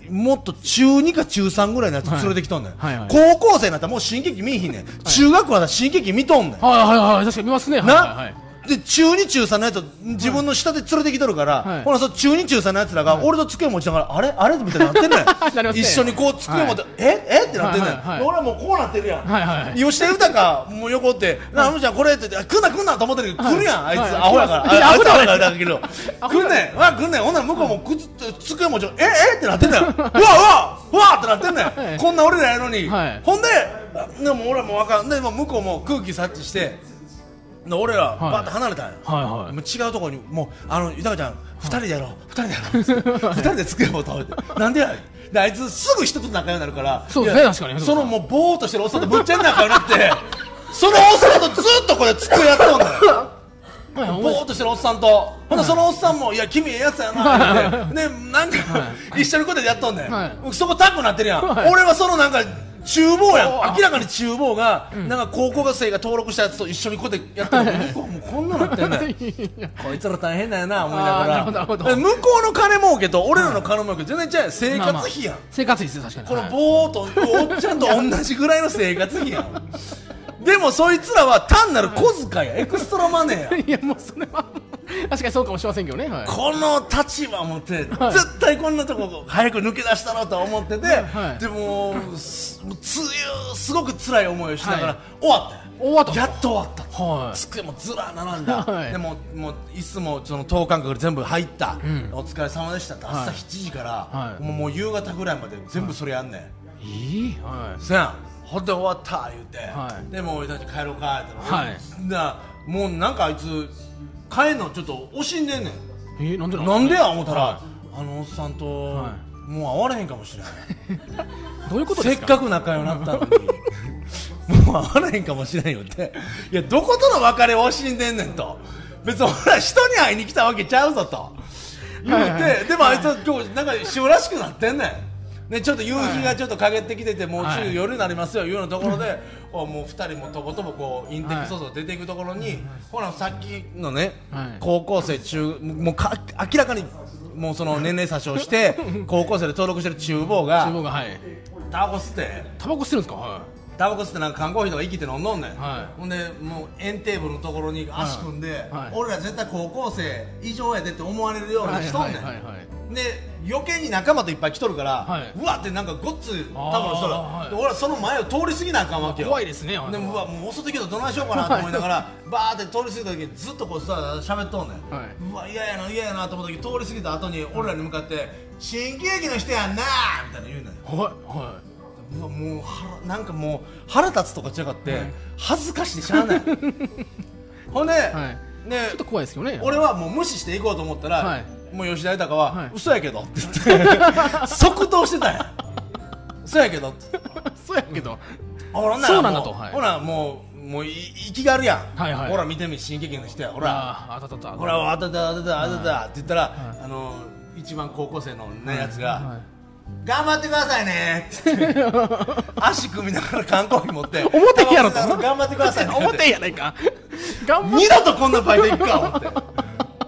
[SPEAKER 1] もっと中にか中さんぐらいのやつ連れてきとんねん、はいはいはい、高校生になったらもう新喜劇見えひんねん、はい、中学校は新喜劇見とんねん、
[SPEAKER 2] はいはいはい、確かに見ますね、
[SPEAKER 1] な、
[SPEAKER 2] はいはいはい、
[SPEAKER 1] で中に中さんのやつを自分の下で連れてきとるから、はい、ほらその中に中さんのやつらが俺と机持ちながらあれあれみたいになってんねん一緒にこう机持って、はい、ええってなってんねん、はいはいはい、俺はもうこうなってるやん、はいはいはい、吉田豊もう横って、はい、あのちゃんこれって言って来んな来んなと思ってるけど、はい、来るやんあいつ、はい、アホやから、はい、あいつアホやからだけど来んねん、わ来んねん、ほんなら向こうもくつ机持ちええってなってんねんうわうわうわってなってんねん、はい、こんな俺らやのに、はい、ほんででも俺も分かんでも向こうも空気察知して俺らバーッと離れたんや、はいはいはい、もう違うところにもうあの豊ちゃんふたりでやろうふたりでやろうふたりで机を倒れてなんでやであいつすぐ人と仲良くなるから
[SPEAKER 2] そうですね確かに
[SPEAKER 1] そのもうボーっとしてるおっさんとむっちゃ仲良くなってそのおっさんとずっとこれ机やっとんだよボーっとしてるおっさんと、ほんでそのおっさんもいや君ええやつやなってねなんか一緒にこうやってやっとんねん、はい、そこタッグなってるやん、はい、俺はそのなんか厨房やん明らかに厨房が、うん、なんか高校生が登録したやつと一緒にこうやってやってる、はい、向こうもうこんななってんねんこいつら大変だよな思いながら向こうの金儲けと俺らの金儲け全然違う生活費やん、まあまあ、
[SPEAKER 2] 生活費です確かに
[SPEAKER 1] このボーとおっちゃんと同じぐらいの生活費やんでもそいつらは単なる小遣いやエクストラマネーや
[SPEAKER 2] いやもうそれは確かにそうかもしれませんけどね、はい、
[SPEAKER 1] この立場を持って、はい、絶対こんなとこ早く抜け出したろうと思ってて、はい、でもすすごく辛い思いをしながら、はい、終わった
[SPEAKER 2] 終わった
[SPEAKER 1] やっと終わった、はい、机もずら並んだ、はい、でももう椅子もその等間隔で全部入った、うん、お疲れ様でしたって朝しちじから、はい、もう、もう夕方ぐらいまで全部それやんねん、はい、
[SPEAKER 2] えー、はい
[SPEAKER 1] そやんほんで終わった言うて、はい、でも俺たち帰ろうかって、はい、だもうなんかあいつ帰んのちょっと惜しんでんねん、
[SPEAKER 2] えー、なんでなん
[SPEAKER 1] なんでや思ったら、はい、あのおっさんと、はい、もう会われへんかもしれない
[SPEAKER 2] どういうことですか
[SPEAKER 1] せっかく仲良くなったのにもう会われへんかもしれんよっていやどことの別れを惜しんでんねんと別に俺ら人に会いに来たわけちゃうぞと言うて、はいはい、でもあいつは今日なんか塩らしくなってんねんね、ちょっと夕日がちょっと陰ってきてて、もう中夜になりますよいうようなところで、はい、もうふたりもとこともこうインテクソース出ていくところに、はい、ほらさっきのね、はい、高校生中もうか明らかにもうその年齢詐称して高校生で登録してる厨房が
[SPEAKER 2] 厨房がはい
[SPEAKER 1] タバコ吸って
[SPEAKER 2] タバコ吸ってるんですか、はい、
[SPEAKER 1] タバコ吸ってなんか缶コーヒーとか生きて飲んどんねん、はい、ほんでもう円テーブルのところに足組んで、はいはい、俺ら絶対高校生異常やでって思われるようにしとんねん、はいはいはいはい、で余計に仲間といっぱい来とるから、はい、うわってなんかごっつ多分人ら、はい、俺はその前を通り過ぎなあかんわけよ
[SPEAKER 2] 怖いですねで
[SPEAKER 1] もうわもう遅いけどどないしようかなと思いながらバーって通り過ぎた時にずっとこうさ喋っとんねん、はい、うわ嫌やな嫌やなと思った時通り過ぎた後に俺らに向かって新喜劇の人やんなみたいな言うねんはいはいうわもう腹なんかもう腹立つとか違って、はい、恥ずかしいでしゃあないほんで、はいね、
[SPEAKER 2] ちょっと怖いですよね
[SPEAKER 1] 俺はもう無視していこうと思ったら、はい、もう吉田豊は、はい、嘘やけどって言って即答してたんや嘘やけどって
[SPEAKER 2] 嘘やけど
[SPEAKER 1] ほら
[SPEAKER 2] そうなんだと、はい、
[SPEAKER 1] ほらもうもう生きがあるやん、はいはい、ほら見てみ新喜劇の人やほら
[SPEAKER 2] あたたた
[SPEAKER 1] ほらあたたあたたあたたって言ったら、はい、あの一番高校生の、ね、やつが、はいはい、頑張ってくださいねって足組みながら缶コーヒー持って
[SPEAKER 2] 表やろと
[SPEAKER 1] 頑張ってくださいね
[SPEAKER 2] 表やないか
[SPEAKER 1] 二度とこんなバイト行くか思って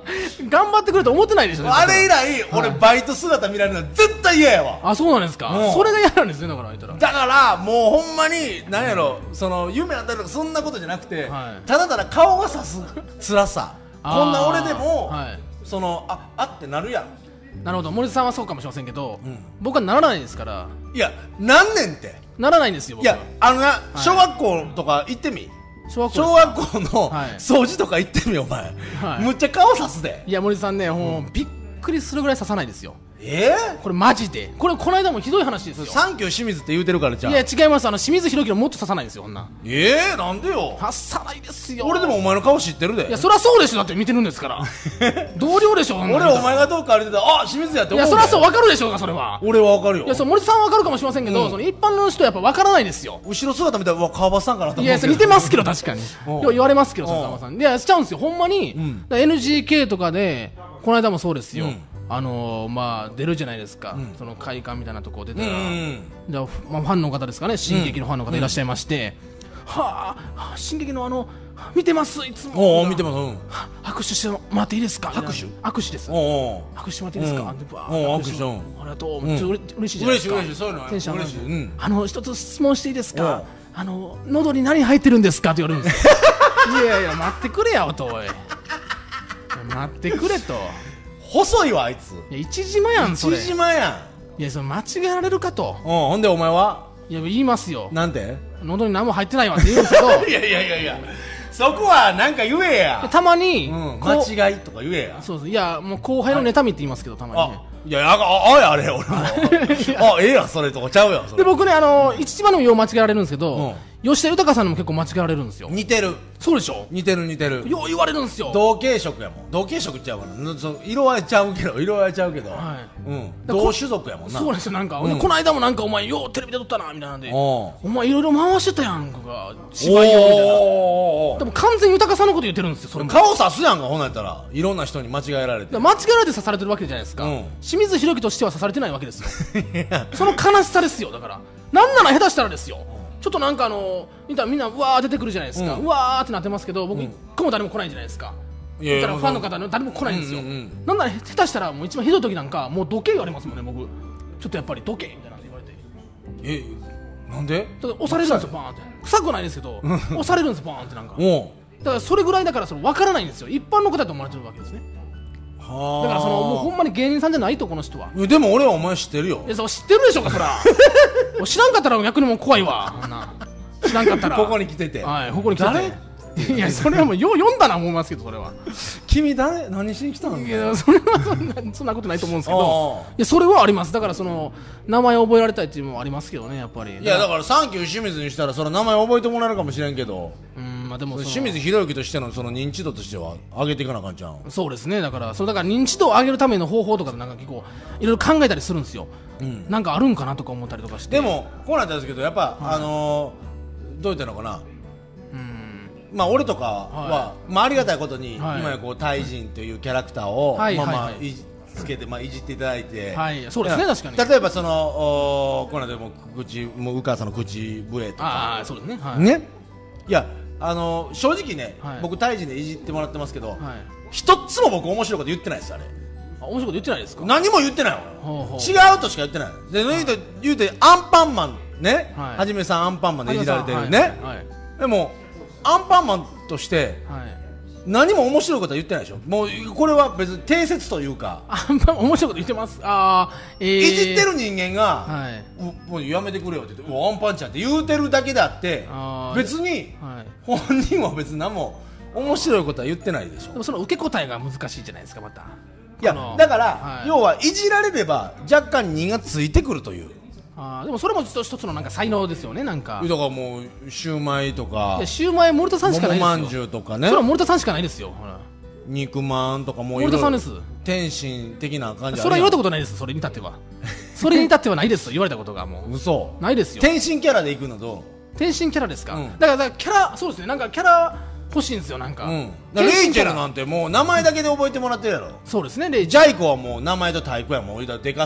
[SPEAKER 2] 頑張ってくれと思ってないでしょ。
[SPEAKER 1] あれ以来俺バイト姿見られるの絶対嫌やわ。
[SPEAKER 2] あ、そうなんですか。それが嫌なんですね。だから言ったら
[SPEAKER 1] だからもうほんまに何やろ、その夢あったりとかそんなことじゃなくて、ただただ顔がさす辛さ、こんな俺でもそのああってなるやん。
[SPEAKER 2] なるほど、森田さんはそうかもしれませんけど、僕はならないですから。
[SPEAKER 1] いや、なんねんって
[SPEAKER 2] ならないんですよ。
[SPEAKER 1] いや、あのな、小学校とか行ってみ、小学校の掃除とか行ってみよ、お前。むっちゃ顔さすで。
[SPEAKER 2] いや、森田さんね、もうびっくりするぐらい刺さないですよ。
[SPEAKER 1] えー、
[SPEAKER 2] これマジで、これこの間もひどい話ですよ。
[SPEAKER 1] サンキュー清水って言うてるからじゃん。
[SPEAKER 2] いや違います、あの清水宏樹のもっと刺さないですよ、こんな。
[SPEAKER 1] ええー、なんでよ。
[SPEAKER 2] 刺さないですよ。
[SPEAKER 1] 俺でもお前の顔知ってるで。
[SPEAKER 2] いやそりゃそうでしょ、だって見てるんですから同僚でしょ。
[SPEAKER 1] 俺お前がどうか歩いてたらあ清水やって思う。
[SPEAKER 2] いやそりゃそう、分かるでしょうか、それは。
[SPEAKER 1] 俺は分かるよ。
[SPEAKER 2] いやそう森田さんは分かるかもしれませんけど、うん、その一般の人はやっぱ分からないですよ。
[SPEAKER 1] 後ろ姿見たらうわ川端さんかなと思う。
[SPEAKER 2] いやそれ似てますけど確かに言われますけど、川端さん。いやしちゃうんですよほんまに、うん、エヌジーケー とかでこの間もそうですよ、うん、あのー、まあ出るじゃないですか、うん、その会館みたいなとこ出たら、うん、じゃあ、まあ、ファンの方ですかね、進撃のファンの方いらっしゃいまして、うん、はあ進撃のあの見てますいつも。
[SPEAKER 1] お見てます、うん、
[SPEAKER 2] 拍手してもらっていいですか。
[SPEAKER 1] 拍手
[SPEAKER 2] 握手です。
[SPEAKER 1] お
[SPEAKER 2] 拍手してもらっていいですか、うん、
[SPEAKER 1] でバー握手、うん、
[SPEAKER 2] ありがとう、うん、ちょっと嬉しいじゃないですか。
[SPEAKER 1] 嬉しい嬉しい、そういうの嬉しい、嬉しい、うん、
[SPEAKER 2] あの一つ質問していいですか。あの喉に何入ってるんですかって言われるんですよいやいや待ってくれやおと、おい待ってくれと。
[SPEAKER 1] 細いわあいつ。
[SPEAKER 2] いや一島やんそれ。
[SPEAKER 1] 一島や
[SPEAKER 2] ん。いやそれ間違えられるかと。
[SPEAKER 1] うん、ほんでお前は。
[SPEAKER 2] いや言いますよ。
[SPEAKER 1] なんて。
[SPEAKER 2] 喉に何も入ってないわって言うんですけど
[SPEAKER 1] いやいやいやいや、そこはなんか言えや。
[SPEAKER 2] たまに、
[SPEAKER 1] うん、間違いとか言えや。
[SPEAKER 2] そうそう、いやもう後輩の妬みって言いますけど、たまにね。
[SPEAKER 1] いや、あ、あ、あ、あれ、俺も。あ、ええやん、それとかちゃうやん。
[SPEAKER 2] で、僕ね、あの、一番でもよう間違えられるんですけど、吉田豊さんにも結構間違えられるんですよ。
[SPEAKER 1] 似てる。
[SPEAKER 2] そうでしょ。
[SPEAKER 1] 似てる似てる。
[SPEAKER 2] よう言われるんですよ。
[SPEAKER 1] 同系色やもん。同系色ちゃうかな。そ色合いちゃうけど、色合いちゃうけど。はい。うん。同種族やもんな。
[SPEAKER 2] そうですよ、なんか、この間もなんかお前ようテレビで撮ったなみたいなんで、お前いろいろ回してたやんか、芝居をみたいな。でも完全に豊さんのこと言ってるんですよ。それも
[SPEAKER 1] 顔さすやんか、ほんなんやったら。いろんな人に間違えられて。
[SPEAKER 2] 間違えられて刺されてるわけじゃないですか。清水宏樹としては刺されてないわけですよその悲しさですよ。だからなんなら下手したらですよ、ちょっとなんかあのみんなみんなうわー出てくるじゃないですか、うん、うわーってなってますけど僕一個も誰も来ないじゃないですか。いやいや、ファンの方の誰も来ないんですよ、うんうんうん、なんなら下手したらもう一番ひどい時なんかもうどけ言われますもんね。僕ちょっとやっぱりどけみたいなって言われて。
[SPEAKER 1] えなんで
[SPEAKER 2] だから押されるんですよバーンって。臭くないですけど押されるんですバーンって。なんかだからそれぐらいだからその分からないんですよ。一般の方だと思われてるわけですね。だからそのもうほんまに芸人さんじゃないとこの人は。
[SPEAKER 1] でも俺はお前知ってるよ。
[SPEAKER 2] いやそう知ってるでしょうかそら知らんかったら逆にもう怖いわ。知らんかったら
[SPEAKER 1] ここに来てて、
[SPEAKER 2] はい、ここに来てていやそれはもうよう読んだな思いますけど、それは
[SPEAKER 1] 君誰何しに来たの。
[SPEAKER 2] いやそれはそんなそんなことないと思うんですけど、いやそれはあります。だからその名前を覚えられたいっていうのもありますけどね、やっぱり。
[SPEAKER 1] いやだからサンキュー清水にしたらその名前覚えてもらえるかもしれんけど、
[SPEAKER 2] うん、まあでも
[SPEAKER 1] 清水宏之としてのその認知度としては上げていかなあかんじゃん。
[SPEAKER 2] そうですね。だからそれだから認知度を上げるための方法とかでなんか結構いろいろ考えたりするんですよ、うん、なんかあるんかなとか思ったりとかして。
[SPEAKER 1] でもこうなったんですけどやっぱ、はい、あのー、どう言ったのかな、まあ俺とかは、はい、まあありがたいことに、はい、今やこうタイ人というキャラクターを、はい、まあまあいじつけてまあいじっていただいて、
[SPEAKER 2] はい、そうですね確かに。
[SPEAKER 1] 例えばそのおこの間も口もううかさんの口笛とか、
[SPEAKER 2] ああそうですね、はい、
[SPEAKER 1] ね。いやあのー、正直ね、はい、僕タイ人でいじってもらってますけど、はい、一つも僕面白いこと言ってないですあれ。
[SPEAKER 2] あ面白いこと言ってないですか。
[SPEAKER 1] 何も言ってないわ。ほうほう違うとしか言ってない。で、はい、言うて言うてアンパンマンね、はい、はじめさんアンパンマンでいじられてるね、はいはい、でもアンパンマンとして何も面白いことは言ってないでしょ。もうこれは別に定説というか。
[SPEAKER 2] アンパン面白いこと言ってます。あ、
[SPEAKER 1] えー、いじってる人間が、はい、もうやめてくれよって言ってアンパンちゃんって言うてるだけであって別に、はい、本人は別に何も面白いことは言ってないでしょ。
[SPEAKER 2] でもその受け答えが難しいじゃないですかまた。
[SPEAKER 1] いやだから、はい、要はいじられれば若干荷がついてくるという。
[SPEAKER 2] あでもそれも一つのなんか才能ですよね。なんか
[SPEAKER 1] だからもうシューマイとか、
[SPEAKER 2] シューマイ森田さんしかないですよ。
[SPEAKER 1] 桃まんじゅうとかね。
[SPEAKER 2] それは森田さんしかないですよ。ほら
[SPEAKER 1] 肉まんとかもう
[SPEAKER 2] 森田さんです。
[SPEAKER 1] 天津的な感じ。
[SPEAKER 2] それは言われたことないです。それに至ってはそれに至ってはないですと言われたことがもう
[SPEAKER 1] 嘘
[SPEAKER 2] ないですよ。
[SPEAKER 1] 天津キャラで行くのと
[SPEAKER 2] 天津キャラですか、うん、だからキャラそうですね。なんかキャラ欲しいんですよなんか、うん、
[SPEAKER 1] レイチェルなんてもう名前だけで覚えてもらってるやろ。
[SPEAKER 2] そうですね。レイ
[SPEAKER 1] ジャイコはもう名前と太鼓やもん。俺だでかさ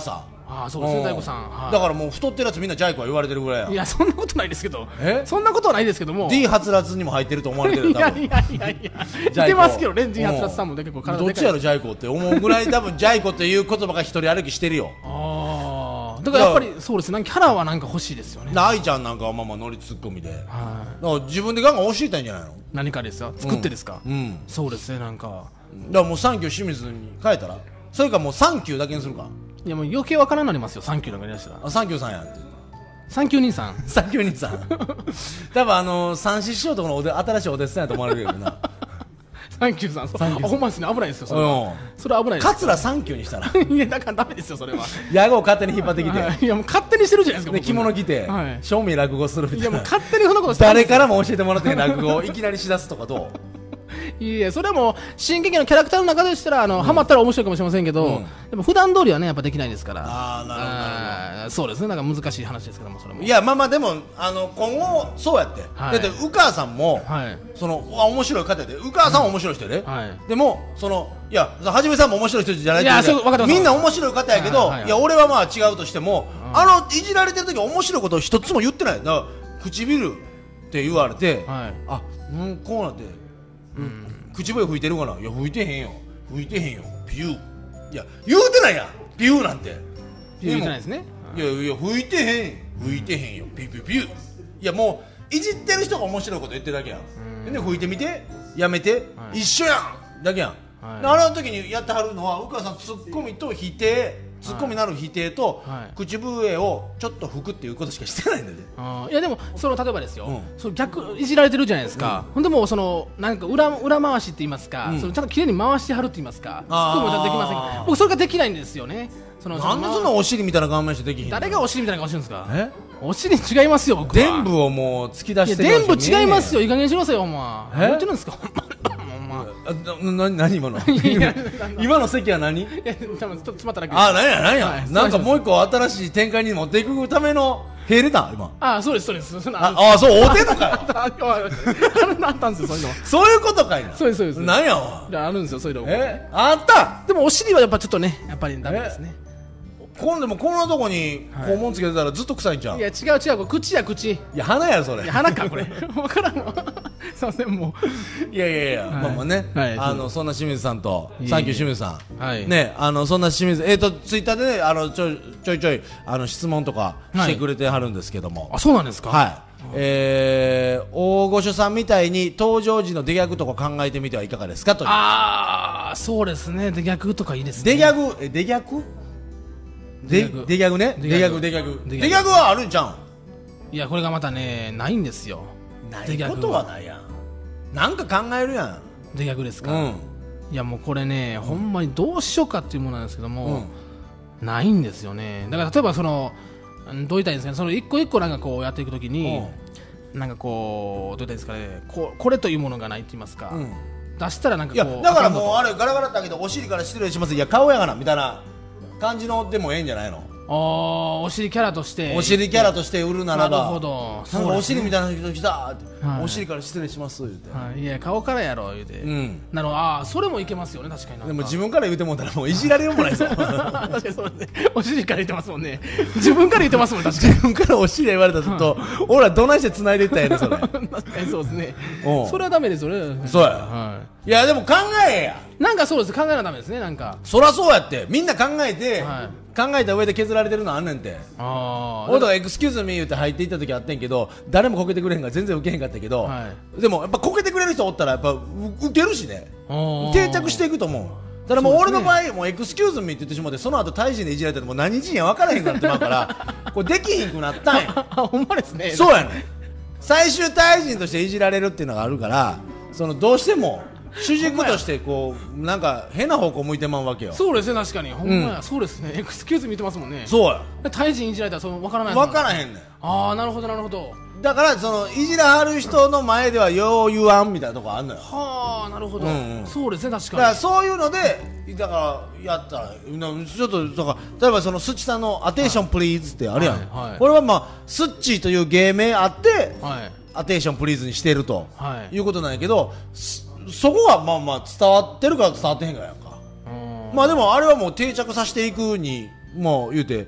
[SPEAKER 2] ああそうですね、ジャイコさん、はい、
[SPEAKER 1] だからもう太ってるやつみんなジャイコは言われてるぐらいや。
[SPEAKER 2] いやそんなことないですけど、えそんなことはないですけども
[SPEAKER 1] D はつらつにも入ってると思われてる。
[SPEAKER 2] いやいやいやいや言ってますけどね、 D はつらつさんも結構体でかい。
[SPEAKER 1] どっちやろジャイコって思うぐらい多分ジャイコっていう言葉が一人歩きしてるよ。
[SPEAKER 2] ああだからやっぱりそうですね、キャラはなんか欲しいですよね。
[SPEAKER 1] 愛ちゃんなんかはまあまあノリツッコミで、はい、だから自分でガンガン教えたいんじゃないの。何
[SPEAKER 2] かですよ、作ってですか、
[SPEAKER 1] うん、うん、
[SPEAKER 2] そうですね。なんか
[SPEAKER 1] だからもうサンキュー清水に変えたら、それかもうサンキューだけにするか。
[SPEAKER 2] いやもう余計わからんなりますよ、サンキューなんかいらっしゃる。
[SPEAKER 1] あサンキューさんやって
[SPEAKER 2] サンキュー兄さん
[SPEAKER 1] サンキュー兄さん多分あの三子師匠とこのおで新しいお弟子さんやと思われるけどな
[SPEAKER 2] サンキューさん、サンキューさん、あほんまですね、危ないですよそれは、うん、それは危ないです。
[SPEAKER 1] 桂サンキューにしたら
[SPEAKER 2] いやだからダメですよそれは。
[SPEAKER 1] 野号勝手に引っ張ってきて、
[SPEAKER 2] はい、いやもう勝手にしてるじゃないですか。
[SPEAKER 1] で着物着て、はい、正味落語するみたいな。
[SPEAKER 2] いやもう勝手にそんなことして
[SPEAKER 1] 誰からも教えてもらってへん落語をいきなりしだすとかどう
[SPEAKER 2] いやそれはもう新劇のキャラクターの中でしたらあの、うん、ハマったら面白いかもしれませんけど、うん、でも普段通りはねやっぱできないですから。ああなるほどなるほど。そうですね、なんか難しい話ですけども、それも。
[SPEAKER 1] いやまあまあでもあの今後そうやって、はい、だって宇川さんも、はい、その面白い方で宇川さんは面白い人で、はい、でもそのいやはじめさんも面白い人じゃないってみんな面白い方やけど、はいはいはい、いや俺はまあ違うとしても、うん、あのいじられてる時は面白いことを一つも言ってない。だから唇って言われて、はい、あうんこうなって、うん、口笛吹いてるかな。いや吹いてへんよ吹いてへんよピュー。いや言うてないやんピューなんて。
[SPEAKER 2] 言うてないですね。
[SPEAKER 1] いやいや吹いてへん吹いてへんよピューピューピュー。いやもういじってる人が面白いこと言ってるだけやん。うん、で吹いてみてやめて、はい、一緒やんだけやん。はい、あの時にやってはるのは宇川さんツッコミと否定、ツッコミなる否定と、はい、口笛をちょっと吹くっていうことしかしてないんだよね。
[SPEAKER 2] あいやでもその例えばですよ、うん、その逆いじられてるじゃないですか、うん、ほんでもそのなんか 裏, 裏回しって言いますか、うん、そのちゃんと綺麗に回してはるって言いますか、ツッコミもちゃんとできませんけど僕それができないんですよね。その
[SPEAKER 1] なんでそんなお尻みたいな顔面してできひんの。
[SPEAKER 2] 誰がお尻みたいな顔してるんですか。えお尻違いますよ僕は。
[SPEAKER 1] 全部をもう突き出してる。
[SPEAKER 2] 全部違いますよ。いい加減にしろせよお前。何言ってるんですか
[SPEAKER 1] な何今の今の席は何。いや
[SPEAKER 2] 多分ちょっと詰まっただけ。
[SPEAKER 1] あ何や何や、はい、なんかもう一個新しい展開に持っていくためのヘレだ今。
[SPEAKER 2] あそうですそうです。
[SPEAKER 1] ああそうおてんのかよ
[SPEAKER 2] あったんですよそういうの。
[SPEAKER 1] そういうことかいな。
[SPEAKER 2] そうですそうです。
[SPEAKER 1] 何やわ。
[SPEAKER 2] じゃあるんですよそういうの。
[SPEAKER 1] えあった
[SPEAKER 2] でもお尻はやっぱちょっとねやっぱりダメですね。
[SPEAKER 1] 今度もこんなとこに肛門つけてたらずっと臭いんちゃう。
[SPEAKER 2] いや違う違うこれ口や口。い
[SPEAKER 1] や鼻やろそれ。
[SPEAKER 2] いや鼻かこれ分からんのすいませんも
[SPEAKER 1] う。いやいやいや、はい、まあまあね、はい、あのそんな清水さんとサンキュー清水さん、はい、ねあのそんな清水えっ、ー、とツイッターでねあのちょいちょいちょいあの質問とかしてくれてはるんですけども、
[SPEAKER 2] はい、あそうなんですか。
[SPEAKER 1] はい、えー、大御所さんみたいに登場時の出ギャグとか考えてみてはいかがですかという。
[SPEAKER 2] ああそうですね出ギャグとかいいですね。
[SPEAKER 1] 出ギャグえ出ギャグデギャグねデギャグデギャグデギャグはあるんちゃうん。
[SPEAKER 2] いやこれがまたねないんですよ。
[SPEAKER 1] ないことはないやん。なんか考えるやん。
[SPEAKER 2] デギャグですか、うん、いやもうこれね、うん、ほんまにどうしようかっていうものなんですけども、うん、ないんですよね。だから例えばそのどう言ったらいいんですかね、その一個一個なんかこうやっていくときに、うん、なんかこうどう言ったらいいんですかね、ここれというものがないって言いますか、うん、出したらなんかこう。いやだからもうあれガラガラって開けてお尻から失礼しますいや顔やがなみたいな感じのでもええんじゃないの。 あお尻キャラとして
[SPEAKER 1] お尻キャラとして売るならば
[SPEAKER 2] なるほど
[SPEAKER 1] なんかお尻みたいな人来たって、はい、お尻から失礼します言うて、
[SPEAKER 2] はい、いや顔からやろ言うて、うん、なるほどあそれもいけますよね確かに。
[SPEAKER 1] でも自分から言うてもうたらもういじられようもないぞ確
[SPEAKER 2] かにそうですねお尻から言ってますもんね自分から言ってますもん確かに
[SPEAKER 1] 自分からお尻言われたらちょっと俺らどないして繋いでいったんやねそれ
[SPEAKER 2] 確かにそうですねそれはダメですよね。
[SPEAKER 1] そうや、はい、いやでも考えや
[SPEAKER 2] なんかそうです考えなダメですね。なんか
[SPEAKER 1] そらそうやってみんな考えて、はい考えた上で削られてるのあんねんて。あ俺とかエクスキューズミー言って入っていった時あってんけど誰もこけてくれへんから全然ウケへんかったけど、はい、でもやっぱこけてくれる人おったらやっぱウケるしね定着していくと思う。ただもう俺の場合、ね、もうエクスキューズミーって言ってしまってその後タイ人でいじられてもう何人や分からへんからってまうからこれできひんくなったんや
[SPEAKER 2] ほんまですね。
[SPEAKER 1] そうやねん最終タイ人としていじられるっていうのがあるからそのどうしても主軸としてこうなんか変な方向向いてまうわけよ。
[SPEAKER 2] そうですね確かにほんまや、うん、そうですねエクスキューズ見てますもんね。
[SPEAKER 1] そうや
[SPEAKER 2] タイ人いじられたらそう分からない
[SPEAKER 1] 分からへんねん。
[SPEAKER 2] ああなるほどなるほど。
[SPEAKER 1] だからそのいじらはる人の前ではよう言わんみたいなとこあんのよ。
[SPEAKER 2] はあなるほど、うんうん、そうですね確かに。
[SPEAKER 1] だからそういうのでだからやったらちょっととか例えばそのスッチさんのアテーションプリーズってあるやん、はいはい、これはまあスッチーという芸名あって、はい、アテーションプリーズにしてると、はい、いうことなんやけどそこはまあまあ伝わってるから伝わってへんからやんか。まあでもあれはもう定着させていくにもう言うて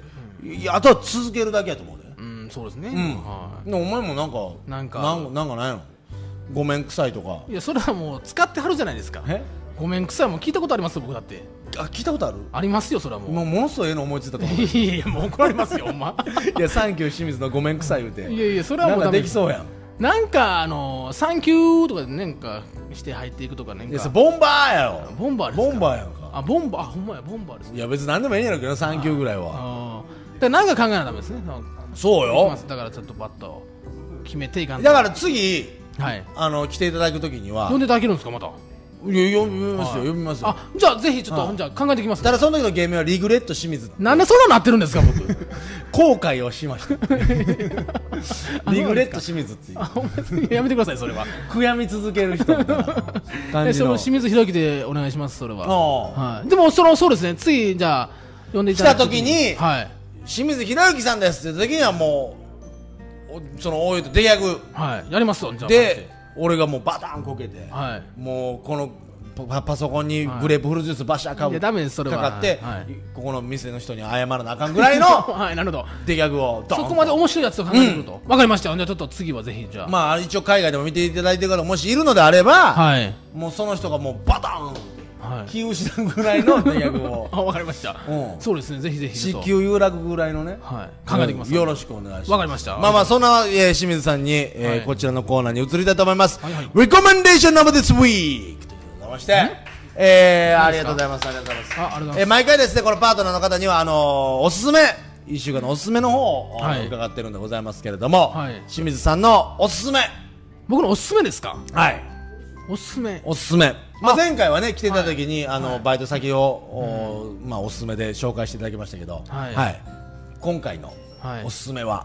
[SPEAKER 1] いやあとは続けるだけやと思うで。
[SPEAKER 2] うん、そうですね。
[SPEAKER 1] うん、お前もなんか
[SPEAKER 2] なんか
[SPEAKER 1] なんなんかないの、ごめんくさいとか。
[SPEAKER 2] いや、それはもう使ってはるじゃないですか。え、ごめんくさいも聞いたことありますよ、僕だって。
[SPEAKER 1] あ、聞いたことある？
[SPEAKER 2] ありますよ、それはもう。
[SPEAKER 1] もうものすごいええの思いついたと思う。
[SPEAKER 2] いやいや、もう怒られますよ、ほんま。
[SPEAKER 1] いや、サンキュー清水のごめんくさい言うて。
[SPEAKER 2] いやいや、それはもう
[SPEAKER 1] なんかできそうやん。
[SPEAKER 2] なんかあのサンキューとかでなんかして入っていくとかね。
[SPEAKER 1] いや、ボンバーやろ。
[SPEAKER 2] ボンバーですか。
[SPEAKER 1] ボンバーやんか。
[SPEAKER 2] あ、ボンバー、あ、ほんまや、ボンバーですね。
[SPEAKER 1] いや、別に何でもいいんやろうけど、サンキューぐらいは。
[SPEAKER 2] ああ、なんか考えなダメですね。
[SPEAKER 1] そうよ。
[SPEAKER 2] だからちょっとバッと決めていかんと。
[SPEAKER 1] だから次、
[SPEAKER 2] はい、
[SPEAKER 1] あの来ていただくときには
[SPEAKER 2] 呼んでいただけるんですか、また。
[SPEAKER 1] いや、呼びますよ、呼びますよ。
[SPEAKER 2] あ、じゃあぜひちょっと、じゃあ考えてきます。
[SPEAKER 1] ただその時の芸名はリグレット清水。
[SPEAKER 2] なんでそんななってるんですか、僕。
[SPEAKER 1] 後悔をしました。リグレット清水っていう。
[SPEAKER 2] やめてください、それは。
[SPEAKER 1] 悔やみ続ける人みたいな感じの。
[SPEAKER 2] 清水宏樹でお願いします、それは。はい。でもそのそうですね、次じゃあ呼んでいただいた時に、はい、清水宏之さんですって時にはもうその大湯と出役、 はい、やりますよ。じゃあ
[SPEAKER 1] で俺がもうバタンこけて、
[SPEAKER 2] はい、
[SPEAKER 1] もうこのパ, パソコンにグレープフルーツジュースバシャーかぶかかって、はい、ここの店の人に謝らなあかんぐらいの
[SPEAKER 2] はい、なるほど、
[SPEAKER 1] 出ギャグをドンと
[SPEAKER 2] そこまで面白いやつを考えてくると、うん、分かりました。じゃあちょっと次はぜひじゃあ、
[SPEAKER 1] まあ一応海外でも見ていただいてる方もしいるのであれば、はい、もうその人がもうバタン気を失うぐらいの出ギャグを
[SPEAKER 2] あ、分かりました、うん、そうですね、ぜひぜひ
[SPEAKER 1] 地球有楽ぐらいのね、
[SPEAKER 2] はい、考えてきます。
[SPEAKER 1] よろしくお願いします。
[SPEAKER 2] 分かりました。
[SPEAKER 1] まあまあそんな、えー、清水さんに、えーはい、こちらのコーナーに移りたいと思います。はいはい、Recommendation of this week ということでございまして、えー、ありがとうございます。ありがとうございます。あ、ありがとうございます。えー、毎回ですね、このパートナーの方にはあのー、おすすめいっしゅうかんのおすすめの方を、はい、伺ってるんでございますけれども、はい、清水さんのおすすめ。
[SPEAKER 2] 僕のおすすめですか。
[SPEAKER 1] はい、
[SPEAKER 2] おすすめ
[SPEAKER 1] おすすめ。まあ、前回はね来ていただいた時に、はい、あの、はい、バイト先を お,、うんまあ、おすすめで紹介していただきましたけど、はいはい、今回のおすすめは、はい、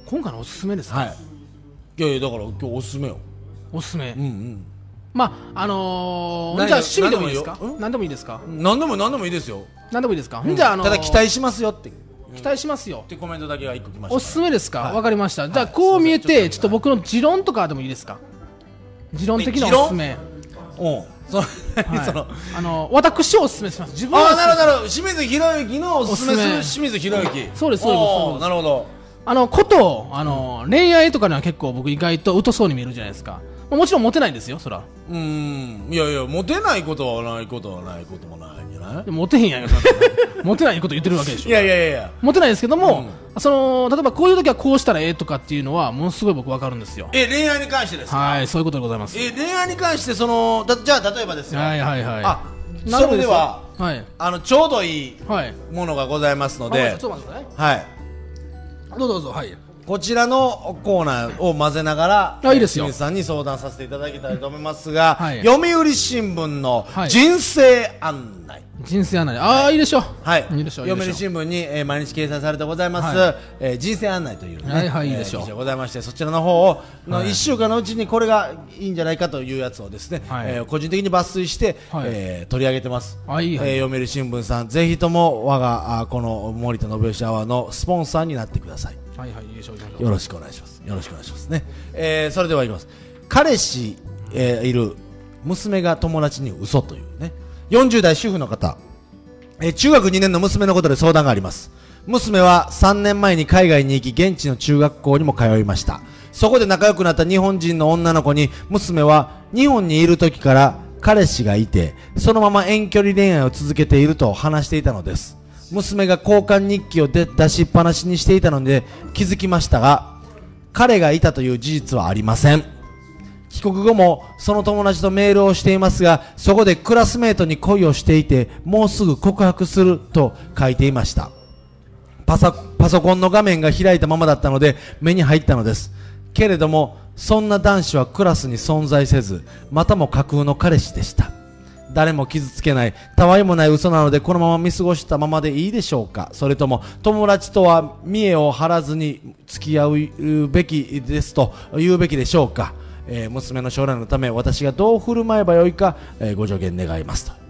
[SPEAKER 2] 今回のおすすめですか。はい、
[SPEAKER 1] いやいやだから今日おすすめよ。
[SPEAKER 2] おすすめ、
[SPEAKER 1] うんうん、
[SPEAKER 2] まああのー、じゃあ趣味でもいいですか。何でもいいですか。
[SPEAKER 1] 何でも何でもいいですよ。
[SPEAKER 2] 何でもいいですか、
[SPEAKER 1] うん、
[SPEAKER 2] じゃあ、あのー、
[SPEAKER 1] ただ期待しますよって
[SPEAKER 2] 期待しますよ
[SPEAKER 1] ってコメントだけがいっこ来ました。
[SPEAKER 2] おすすめですか。わ、はい、かりました。じゃあこう見えてちょっと僕の持論とかでもいいですか。持論的なおすすめ。
[SPEAKER 1] おその、はい、その
[SPEAKER 2] あの私をおすすめします。自分
[SPEAKER 1] ああ、なるほどなるほど。清水宏之のおすすめする清水宏之。
[SPEAKER 2] そうですそうです。
[SPEAKER 1] なるほど。
[SPEAKER 2] あのことあの、うん、恋愛とかには結構僕意外と疎そうに見えるじゃないですか。もちろんモテないんですよ、そら。
[SPEAKER 1] うーん、いやいや、モテないことはないことはないこともないんじゃない。
[SPEAKER 2] モテへんやんよ。モテないこと言ってるわけでしょ。
[SPEAKER 1] いやいやいや、
[SPEAKER 2] モテないですけども、うん、その例えばこういう時はこうしたらええとかっていうのはものすごい僕わかるんですよ。
[SPEAKER 1] え、恋愛に関してですか。
[SPEAKER 2] はい、そういうことでございます。
[SPEAKER 1] え、恋愛に関してそのだじゃあ例えばですよ。
[SPEAKER 2] はいはいはい。
[SPEAKER 1] あ、それでは、
[SPEAKER 2] はい、
[SPEAKER 1] あのちょうどいいものがございますので、はい、
[SPEAKER 2] ちょっと待ってくだ
[SPEAKER 1] さい。はい。
[SPEAKER 2] どうぞどうぞ。はい。
[SPEAKER 1] こちらのコーナーを混ぜながら、
[SPEAKER 2] あ、いいですよ。
[SPEAKER 1] 清水さんに相談させていただきたいと思いますが、はい、読売新聞の人生案内。
[SPEAKER 2] 人生案内、ああ、いいでしょう。
[SPEAKER 1] はい。いいでしょう。読売新聞に、えー、毎日掲載されてございます、はい、えー、人生案内というね、
[SPEAKER 2] はいはい、いいでしょう。
[SPEAKER 1] えー、記事がございまして、そちらの方をのいっしゅうかんのうちにこれがいいんじゃないかというやつをですね、はい、えー、個人的に抜粋して、はい、えー、取り上げてます。
[SPEAKER 2] あ、いい、はい、
[SPEAKER 1] えー、読売新聞さん、ぜひとも我があこの森田信義アワーのスポンサーになってください。
[SPEAKER 2] はいはい、いいでしょう。
[SPEAKER 1] よろしくお願いします。よろしくお願いしますね。えー、それではいきます。彼氏、えー、いる娘が友達に嘘というね、よんじゅう代主婦の方、えー、中学にねんの娘のことで相談があります。娘はさんねんまえに海外に行き、現地の中学校にも通いました。そこで仲良くなった日本人の女の子に、娘は日本にいる時から彼氏がいて、そのまま遠距離恋愛を続けていると話していたのです。娘が交換日記を出しっぱなしにしていたので気づきましたが、彼がいたという事実はありません。帰国後もその友達とメールをしていますが、そこでクラスメートに恋をしていて、もうすぐ告白すると書いていました。パソ、パソコンの画面が開いたままだったので目に入ったのです。けれどもそんな男子はクラスに存在せず、またも架空の彼氏でした。誰も傷つけない、たわいもない嘘なので、このまま見過ごしたままでいいでしょうか。それとも友達とは見栄を張らずに付き合うべきですと言うべきでしょうか。えー、娘の将来のため私がどう振る舞えばよいか、えー、ご助言願いますと。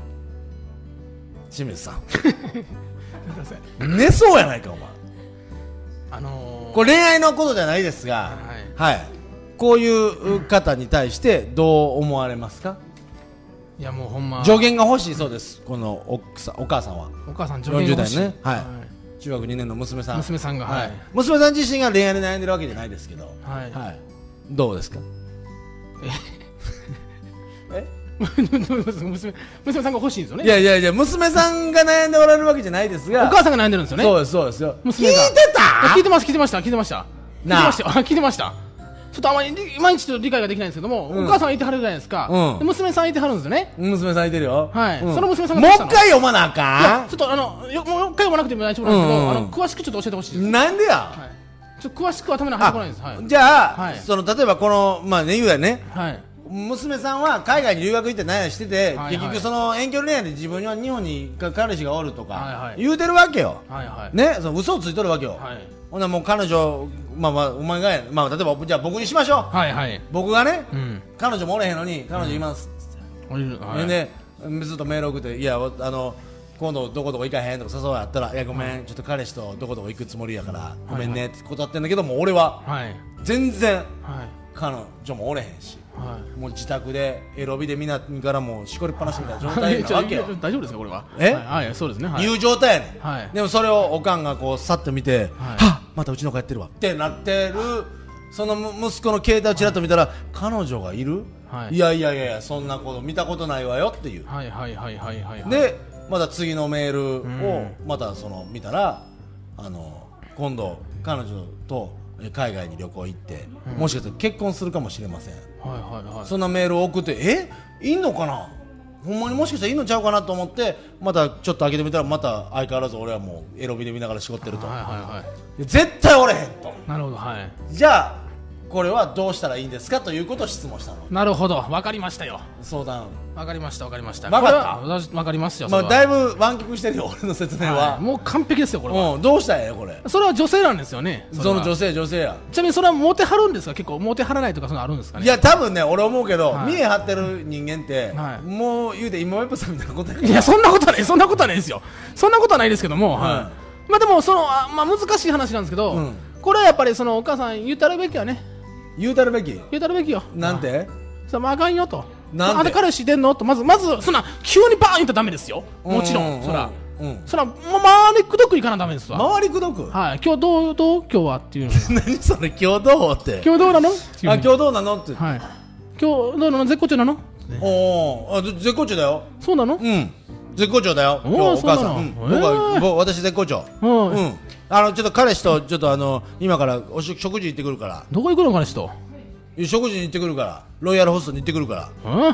[SPEAKER 1] 清水さん寝そうやないかお前。あのー、これ恋愛のことじゃないですが、はい、はい、こういう方に対してどう思われますか。
[SPEAKER 2] いやもうほんま
[SPEAKER 1] 助言が欲しいそうです。この奥さん、お母さんは
[SPEAKER 2] お母さん助言が欲しい。
[SPEAKER 1] よんじゅう代ね、はい、はい、 中学にねんの娘さん
[SPEAKER 2] 娘さんが、はい、
[SPEAKER 1] 娘さん自身が恋愛で悩んでるわけじゃないですけど、
[SPEAKER 2] はい、
[SPEAKER 1] はい、どうですか？
[SPEAKER 2] え娘, 娘さんが欲しいんですよね。
[SPEAKER 1] いやいやいや、娘さんが悩んでおられるわけじゃないですが、
[SPEAKER 2] お母さんが悩んでるんですよね。
[SPEAKER 1] そうですそうですよ。
[SPEAKER 2] 娘が
[SPEAKER 1] 聞いてた？
[SPEAKER 2] 聞いてます聞いてました聞いてました聞いてました聞いてました。ちょっとあまり毎日ちょっと理解ができないんですけども、うん、お母さんいてはるじゃないですか、うん、娘さんいてはるんですよね。
[SPEAKER 1] 娘さんいてるよ。
[SPEAKER 2] はい、うん、その娘さん
[SPEAKER 1] がもう一回読まなあかん。
[SPEAKER 2] ちょっとあのよもう一回読まなくても大丈夫なんですけど、うん、あの詳しくちょっと教えてほしいです。
[SPEAKER 1] なんでや、
[SPEAKER 2] はい、ちょっと詳しくは頭に入ってこないんです。はい、
[SPEAKER 1] じゃあ、
[SPEAKER 2] はい、
[SPEAKER 1] その例えばこのまあね言うやね、
[SPEAKER 2] はい、
[SPEAKER 1] 娘さんは海外に留学行って何やしてて、はいはい、結局その遠距離恋愛で自分には日本に彼氏がおるとか言うてるわけよ、はいはい、ね、その嘘をついとるわけよ、はい、ほんなもう彼女、まあまあお前がや、まあ、例えばじゃあ僕にしましょう、はいはい、僕がね、うん、彼女もおれへんのに彼女いますっつって、うんはい、でずっとメール送って、いやあの今度どこどこ行かへんとか誘うやったら、いやごめん、うん、ちょっと彼氏とどこどこ行くつもりやからごめんねって断ってんだけども、俺は全然彼女もおれへんし、はい、もう自宅でエロビでみんなからもうしこりっぱなしみたいな状態なわけよ。
[SPEAKER 2] 大丈夫ですかこれは？
[SPEAKER 1] え、
[SPEAKER 2] はい、はい、そうですね、はい、
[SPEAKER 1] いう状態やねん、
[SPEAKER 2] はい、
[SPEAKER 1] でもそれをおかんがこうさっと見て、はい、はっまたうちの子やってるわってなってるその息子の携帯をちらっと見たら、はい、彼女がいる、はい、いやいやいやいやそんなこと見たことないわよっていう、
[SPEAKER 2] はいはいはいはいはい、はい、
[SPEAKER 1] でまた次のメールをまたその見たら、あの今度彼女と海外に旅行行って、うん、もしかしたら結婚するかもしれません、はいはいはい、そんなメールを送って、えいんのかな、ほんまにもしかしたらいんのちゃうかなと思って、またちょっと開けてみたら、また相変わらず俺はもうエロビで見ながら仕事ってると、はいはいはい、絶対おれへんと。
[SPEAKER 2] なるほど、はい、
[SPEAKER 1] じゃあこれはどうしたらいいんですかということを質問したの。
[SPEAKER 2] なるほど、分かりましたよ。
[SPEAKER 1] 相談
[SPEAKER 2] 分かりました分かりました。
[SPEAKER 1] 分かった
[SPEAKER 2] 分かりますよ、
[SPEAKER 1] まあ、だいぶ湾曲してるよ俺の説明は、
[SPEAKER 2] はい、もう完璧ですよこれは、
[SPEAKER 1] うん、どうしたらええこれ。
[SPEAKER 2] それは女性なんですよね。
[SPEAKER 1] その女性女性や。
[SPEAKER 2] ちなみにそれはモテはるんですか？結構モテはらないとかそのあるんですかね。
[SPEAKER 1] いや多分ね俺思うけど、はい、見え張ってる人間って、はい、もう言うて今ウェブさんみたいなことやから。
[SPEAKER 2] いやそんなことはないそんなことはないですよ。そんなことはないですけども、はいはい、まあでもそのあ、まあ、難しい話なんですけど、うん、これはやっぱりそのお母さん言うたるべきはね、
[SPEAKER 1] 言うたるべき
[SPEAKER 2] 言うたるべきよ。
[SPEAKER 1] なんて
[SPEAKER 2] さあ、あかんよと。なんであんた彼氏いてんのと、まずまずそんな急にバーン言ったらダメですよ。もちろんそら、うん、そら周りくどくいかなダメですわ。
[SPEAKER 1] 周りくどく、
[SPEAKER 2] はい、今日どうどう今日はっていうの
[SPEAKER 1] 何それ今日どうって
[SPEAKER 2] 今日どうなの、あ
[SPEAKER 1] 今日どうなのって、
[SPEAKER 2] はい、今日どうなの、絶好調なの、ね、
[SPEAKER 1] おお絶好調だよ。
[SPEAKER 2] そうなの、
[SPEAKER 1] うん絶好調だよ今日お母さん、うん、僕は僕私絶好調、うんうん、あのちょっと彼氏とちょっとあの今からお食事行ってくるから。
[SPEAKER 2] どこ行くの彼氏と。
[SPEAKER 1] 食事に行ってくるからロイヤルホストに行ってくるから、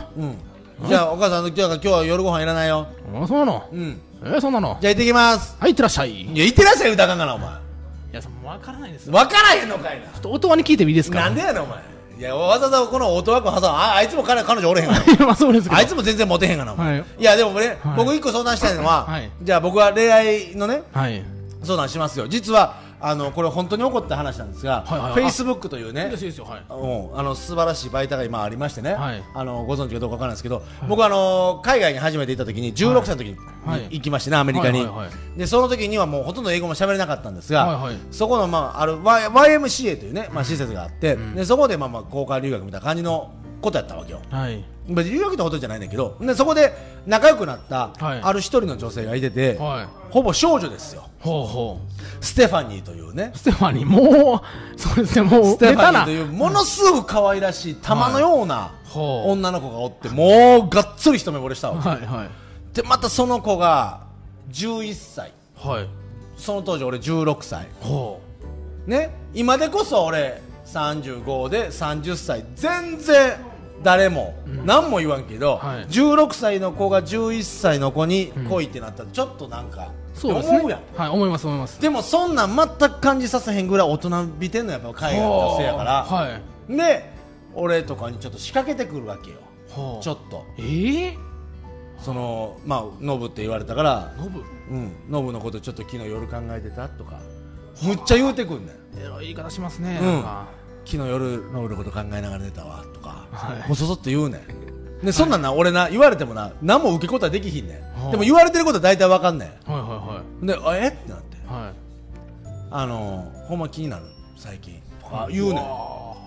[SPEAKER 1] うん、じゃあお母さん今日は夜ご飯いらないよ。
[SPEAKER 2] あそうなの、うん、えー、そうなの。
[SPEAKER 1] じゃあ行ってきます。
[SPEAKER 2] はい行ってらっしゃい。
[SPEAKER 1] いや行ってらっしゃい歌かんかなお前。い
[SPEAKER 2] やそれ分からないですよ。
[SPEAKER 1] 分からへんのかいな。
[SPEAKER 2] ちょっと音羽に聞いてもいいですか。
[SPEAKER 1] なんでやねんお前。いやわざわざこの音羽君挟んああいつも 彼, 彼女おれへんからまあそうですけどあいつも全然モテへんがな、はい、いやでもね、はい、僕一個相談したいのは、はい、じゃあ僕は恋愛のね、はい、相談しますよ。実はあのこれ本当に起こった話なんですが、はいはいはい、フェイスブックというね、はい、あの素晴らしい媒体が今ありましてね、はい、あのご存知かどうかわからないですけど、はい、僕はあの海外に初めて行った時にじゅうろくさいの時に、はい、行きましてねアメリカに、はいはいはい、でその時にはもうほとんど英語も喋れなかったんですが、はいはい、そこの、まあ、ある ワイエムシーエー というね、まあ、施設があって、うん、でそこで、まあまあ、交換留学みたいな感じのことやったわけよ、はい、留学ってことじゃないんだけどでそこで仲良くなった、はい、ある一人の女性がいてて、はい、ほぼ少女ですよ。ほうほうステファニーというね。
[SPEAKER 2] ステファニーもうそうですねもう
[SPEAKER 1] ステファニーというものすごく可愛らしい玉のような女の子がおってもうがっつり一目惚れしたわけ、はいはい、でまたその子がじゅういっさい、はい、その当時俺じゅうろくさい、ほうね、今でこそ俺さんじゅうごでさんじゅっさい全然誰も何も言わんけど、うんはい、じゅうろくさいの子がじゅういっさいの子に恋ってなったらちょっとなんか、うん、そうですね、思うやん、
[SPEAKER 2] はい、思います思います。
[SPEAKER 1] でもそんなん全く感じさせへんぐらい大人びてんのやっぱ海外の女性やから、はい、で俺とかにちょっと仕掛けてくるわけよ、ちょっとえー、そのまあノブって言われたからノブ、うん、ノブのことちょっと昨日夜考えてたとかむっちゃ言うてくんねん。
[SPEAKER 2] エロい言い方しますね、
[SPEAKER 1] うん、なんか昨日夜ノブのこと考えながら寝たわとか、はい、もうそそって言うねんでそんなんな、はい、俺な言われてもな何も受け答えできひんねん、はあ、でも言われてることは大体分かんねん、はいはいはい、であえってなって、はい、あのー、ほんま気になる最近とか言うねん、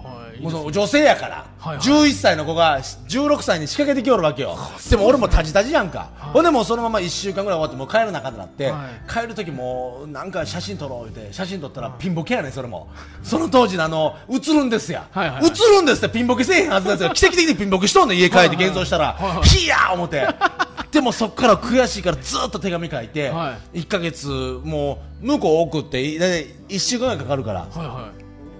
[SPEAKER 1] もうその女性やから、はいはい、じゅういっさいの子がじゅうろくさいに仕掛けてきよるわけよ。でも俺もタジタジやんか、はい、ほんでもうそのままいっしゅうかんぐらい終わってもう帰らなあかんってなって、はい、帰る時もなんか写真撮ろうって写真撮ったらピンボケやねん。それもその当時のあの映るんですや、はいはいはい、映るんですってピンボケせえへんはずなんですよ。奇跡的にピンボケしとんねん。家帰って現像したら、はいはいはい、ひやー思ってでもそっから悔しいからずっと手紙書いて、はい、いっかげつもう向こう送っていっしゅうかんぐらいかかるから、はいはい、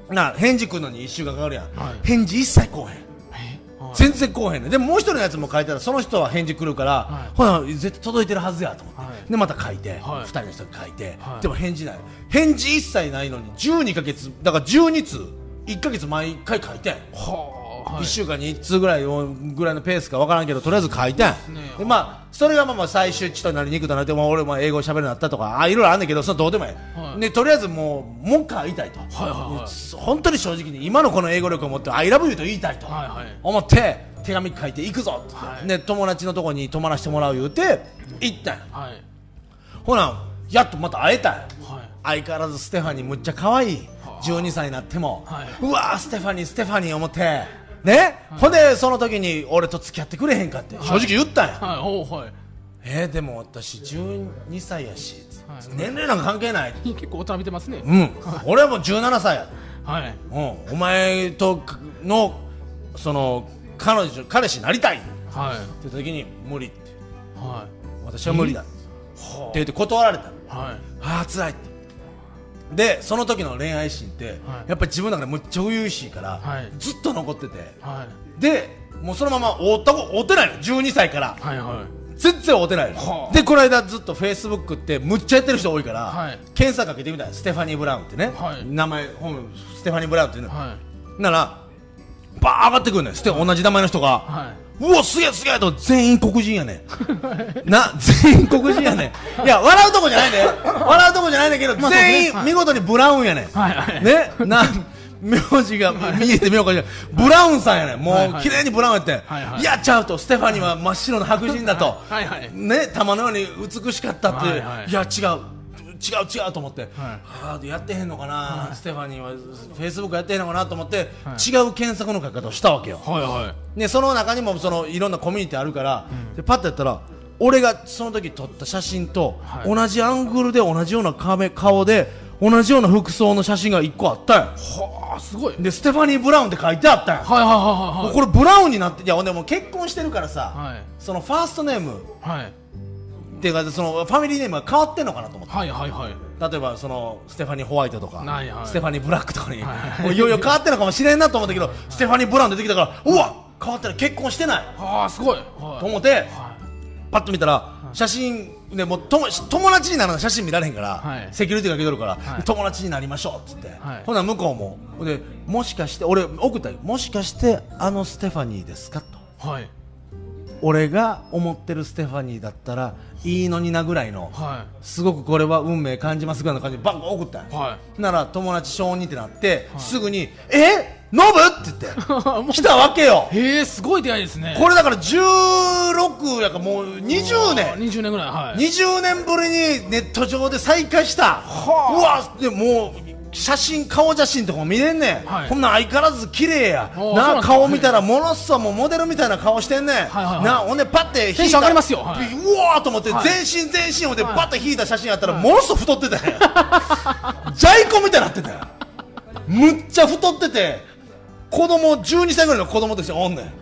[SPEAKER 1] な返事来るのにいっしゅうかんかかるやん、はい、返事一切来おへん、はい、全然来おへんねん。でももう一人のやつも書いたらその人は返事来るから、はい、ほな絶対届いてるはずやと思って、はい、でまた書いて、はい、ふたりの人が書いて、はい、でも返事ない。返事一切ないのにじゅうにかげつだからじゅうについっかげつ毎回書いてん、はあはい、いっしゅうかんにいっつうぐらいぐらいのペースか分からんけどとりあえず書いてん、ね、でまあそれがまあまあ最終地となり肉となって、まあ、俺も英語喋るようになったとかあいろいろあんねんけどそれどうでもいい、はい、でとりあえずもうもう一回会いたいと、はいはいはい、本当に正直に今のこの英語力を持って I love you と言いたいと思って手紙書いて行くぞって、はい、で友達のとこに泊まらせてもらう言うて行ったん、はい、ほなやっとまた会えたん、はい、相変わらずステファニーむっちゃ可愛いじゅうにさいになっても、はい、うわーステファニーステファニー思ってね、はい、ほんでその時に俺と付き合ってくれへんかって正直言ったんや、はいはいはい、えー、でも私じゅうにさいやし、はい、年齢なんか関係ない
[SPEAKER 2] 結構大人見てますね、
[SPEAKER 1] うん、はい、俺はもうじゅうななさいや、はい、うん、お前とのその彼女彼氏になりたい、はい、って言った時に無理って、はい、私は無理だって言って断られた、はい、ああ辛いってでその時の恋愛心って、はい、やっぱり自分の中でむっちゃ初々しいから、はい、ずっと残ってて、はい、でもうそのまま会った会ってないのじゅうにさいから、はいはい、全然会ってないの、はあ、でこの間ずっとフェイスブックってむっちゃやってる人多いから、はい、検索かけてみたらステファニー・ブラウンってね、はい、名前本ステファニー・ブラウンっていうの、はい、ならバー上がってくるねん、ステ同じ名前の人が、はい、うわすげえすげえと全員黒人やねんな全員黒人やねんいや笑うとこじゃないね笑うとこじゃないんだけど、まあね、全員、はい、見事にブラウンやねん、はいはい、ねな名字が見えてみようかじゃブラウンさんやねんもう、はいはい、綺麗にブラウンやって、はいはい、やっちゃうとステファニーは真っ白の白人だと、はいはい、ね玉のように美しかったって、はいはい、いや違う違う違うと思って、はい、はあやってへんのかな、はい、ステファニーはフェイスブックやってへんのかなと思って、はい、違う検索の書き方をしたわけよ、はいはい、でその中にもそのいろんなコミュニティあるから、うん、でパッとやったら俺がその時撮った写真と、はい、同じアングルで同じような顔で同じような服装の写真がいっこあったんや。はあすごい。でステファニー・ブラウンって書いてあったんや。はいはいはいはい、はい、これブラウンになっていやでも結婚してるからさ、はい、そのファーストネーム、はい、っていうかそのファミリーネームが変わってんのかなと思って、はいはいはい、例えばそのステファニー・ホワイトとか、はいはい、ステファニー・ブラックとかに、はい、もういよいよ変わってんのかもしれんなと思ったけど、はい、ステファニー・ブラウン出てきたから、うわ変わってない結婚してない、はあすごい、はい、と思って、はい、パッと見たら、はい、写真でもう友達にならない写真見られへんから、はい、セキュリティが来とるから、はい、友達になりましょうっつって、はい、ほな向こうもでもしかして俺送ったよもしかしてあのステファニーですかと、はい、俺が思ってるステファニーだったらいいのになぐらいの、はい、すごくこれは運命感じますぐらいの感じでバンバン送ったんや、はい、なら友達承認ってなって、はい、すぐにえノブって言って来たわけよ。
[SPEAKER 2] へえすごい出会いですね。
[SPEAKER 1] これだからじゅうろくやからもうにじゅうねん
[SPEAKER 2] にじゅうねんぐらい、はい、
[SPEAKER 1] にじゅうねんぶりにネット上で再会した、はあ、うわでもう写真顔写真とかも見れんねん、はい、こんなん相変わらず綺麗やな顔見たらものすごいもうモデルみたいな顔してんねん、はいはいはい、なほんでパッて引いた
[SPEAKER 2] テンション上がりますよ、はい、
[SPEAKER 1] うわーと思って、はい、全身全身をでパッて引いた写真やったらものすごい太ってたんや、はい、ジャイコみたいになってたよむっちゃ太ってて子供じゅうにさいぐらいの子供としておんねん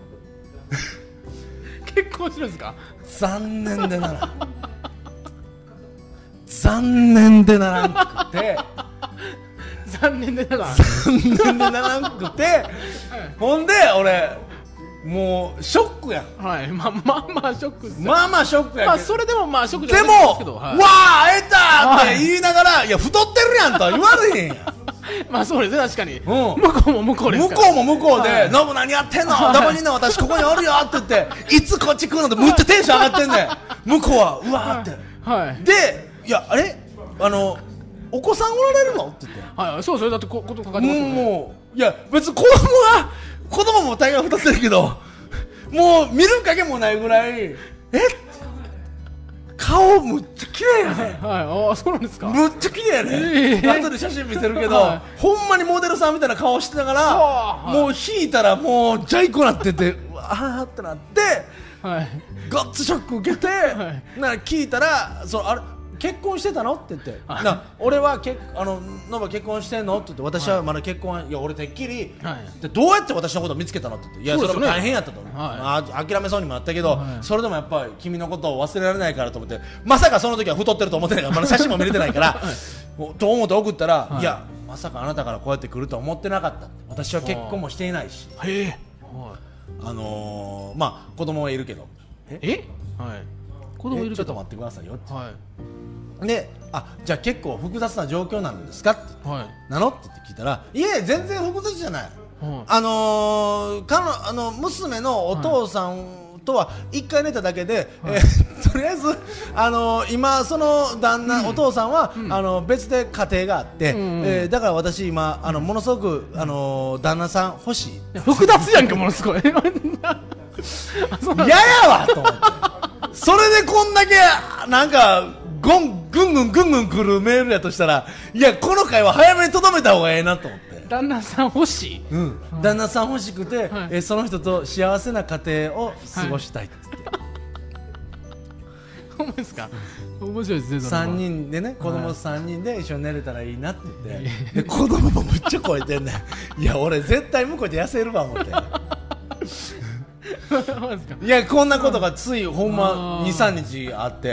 [SPEAKER 2] 結婚してるんですか。
[SPEAKER 1] 残念でならん残念でならんくて
[SPEAKER 2] 残念でならん
[SPEAKER 1] 残念でならんくて、はい、ほんで俺もうショックやん、
[SPEAKER 2] はい、まあまあまあショックっす
[SPEAKER 1] まあまあショックやんけど、まあ、
[SPEAKER 2] それでもまあショックじゃ
[SPEAKER 1] ないですけどでも、はい、わあ会えたって言いながら、はい、いや太ってるやんとは言われへんやん
[SPEAKER 2] まあそうですね確かに、うん、向こうも向こうです
[SPEAKER 1] から向こうも向こうで、はい、ノブ何やってんの、はい、どこにいんの私ここにおるよって言っていつこっち来るのってむっちゃテンション上がってんねん向こうはうわーって、はいはい、でいやあれあのお子さんおられるのって言って
[SPEAKER 2] はいそうそれだってこことかかってますよね。
[SPEAKER 1] もういや別に子供は子供も大概太ってるけどもう見る影もないぐらいえ顔むっちゃ綺麗やね。
[SPEAKER 2] はい、ああそうなんですか。
[SPEAKER 1] むっちゃ綺麗やね、えー、後で写真見せるけど、はい、ほんまにモデルさんみたいな顔してたから、はい、もう引いたらもうジャイコなっててあーってなって、はい、ガッツショック受けて、はい、な聞いたらそのあれ結婚してたのって言って、はい、な俺はけあのノバ結婚してんのって言って、私はまだ結婚は、はい、いや俺てっきり、はい、でどうやって私のことを見つけたのって言って、いや そ, それも大変やったと、はいまあ、諦めそうにもあったけど、はい、それでもやっぱり君のことを忘れられないからと思って、まさかその時は太ってると思ってないから、まだ写真も見れてないから、はい、と思って送ったら、はい、いやまさかあなたからこうやって来るとは思ってなかった、私は結婚もしていないし、へえ、はい、あのー、まあ子供はいるけど、
[SPEAKER 2] ええ、はい、子供いるけど
[SPEAKER 1] ちょっと待ってくださいよって、はい、で、あ、じゃあ結構複雑な状況なんですかって、はい、なのって聞いたら、いえ全然複雑じゃない、はい、ああのー、かのあの娘のお父さんとはいっかい寝ただけで、はい、えー、とりあえず、あのー、今その旦那、うん、お父さんは、うん、あの別で家庭があって、うんうん、えー、だから私今あのものすごく、あのー、旦那さん欲しい、
[SPEAKER 2] 複雑やんかものすごい嫌や
[SPEAKER 1] わと思ってそれでこんだけなんかゴンぐんぐんぐんぐん来るメールやとしたら、いやこの会話早めにとどめた方がええなと思って、
[SPEAKER 2] 旦那さん欲しい、
[SPEAKER 1] うん、はい、旦那さん欲しくて、はい、えその人と幸せな家庭を過ごしたいって、
[SPEAKER 2] ほんまですか、面白いですね、
[SPEAKER 1] さんにんでね、子供さんにんで一緒に寝れたらいいなって言って、はい、で子供もむっちゃ超えてんねんいや俺絶対向こうで痩せるわ思っていやこんなことがついほんまにさんにちあって、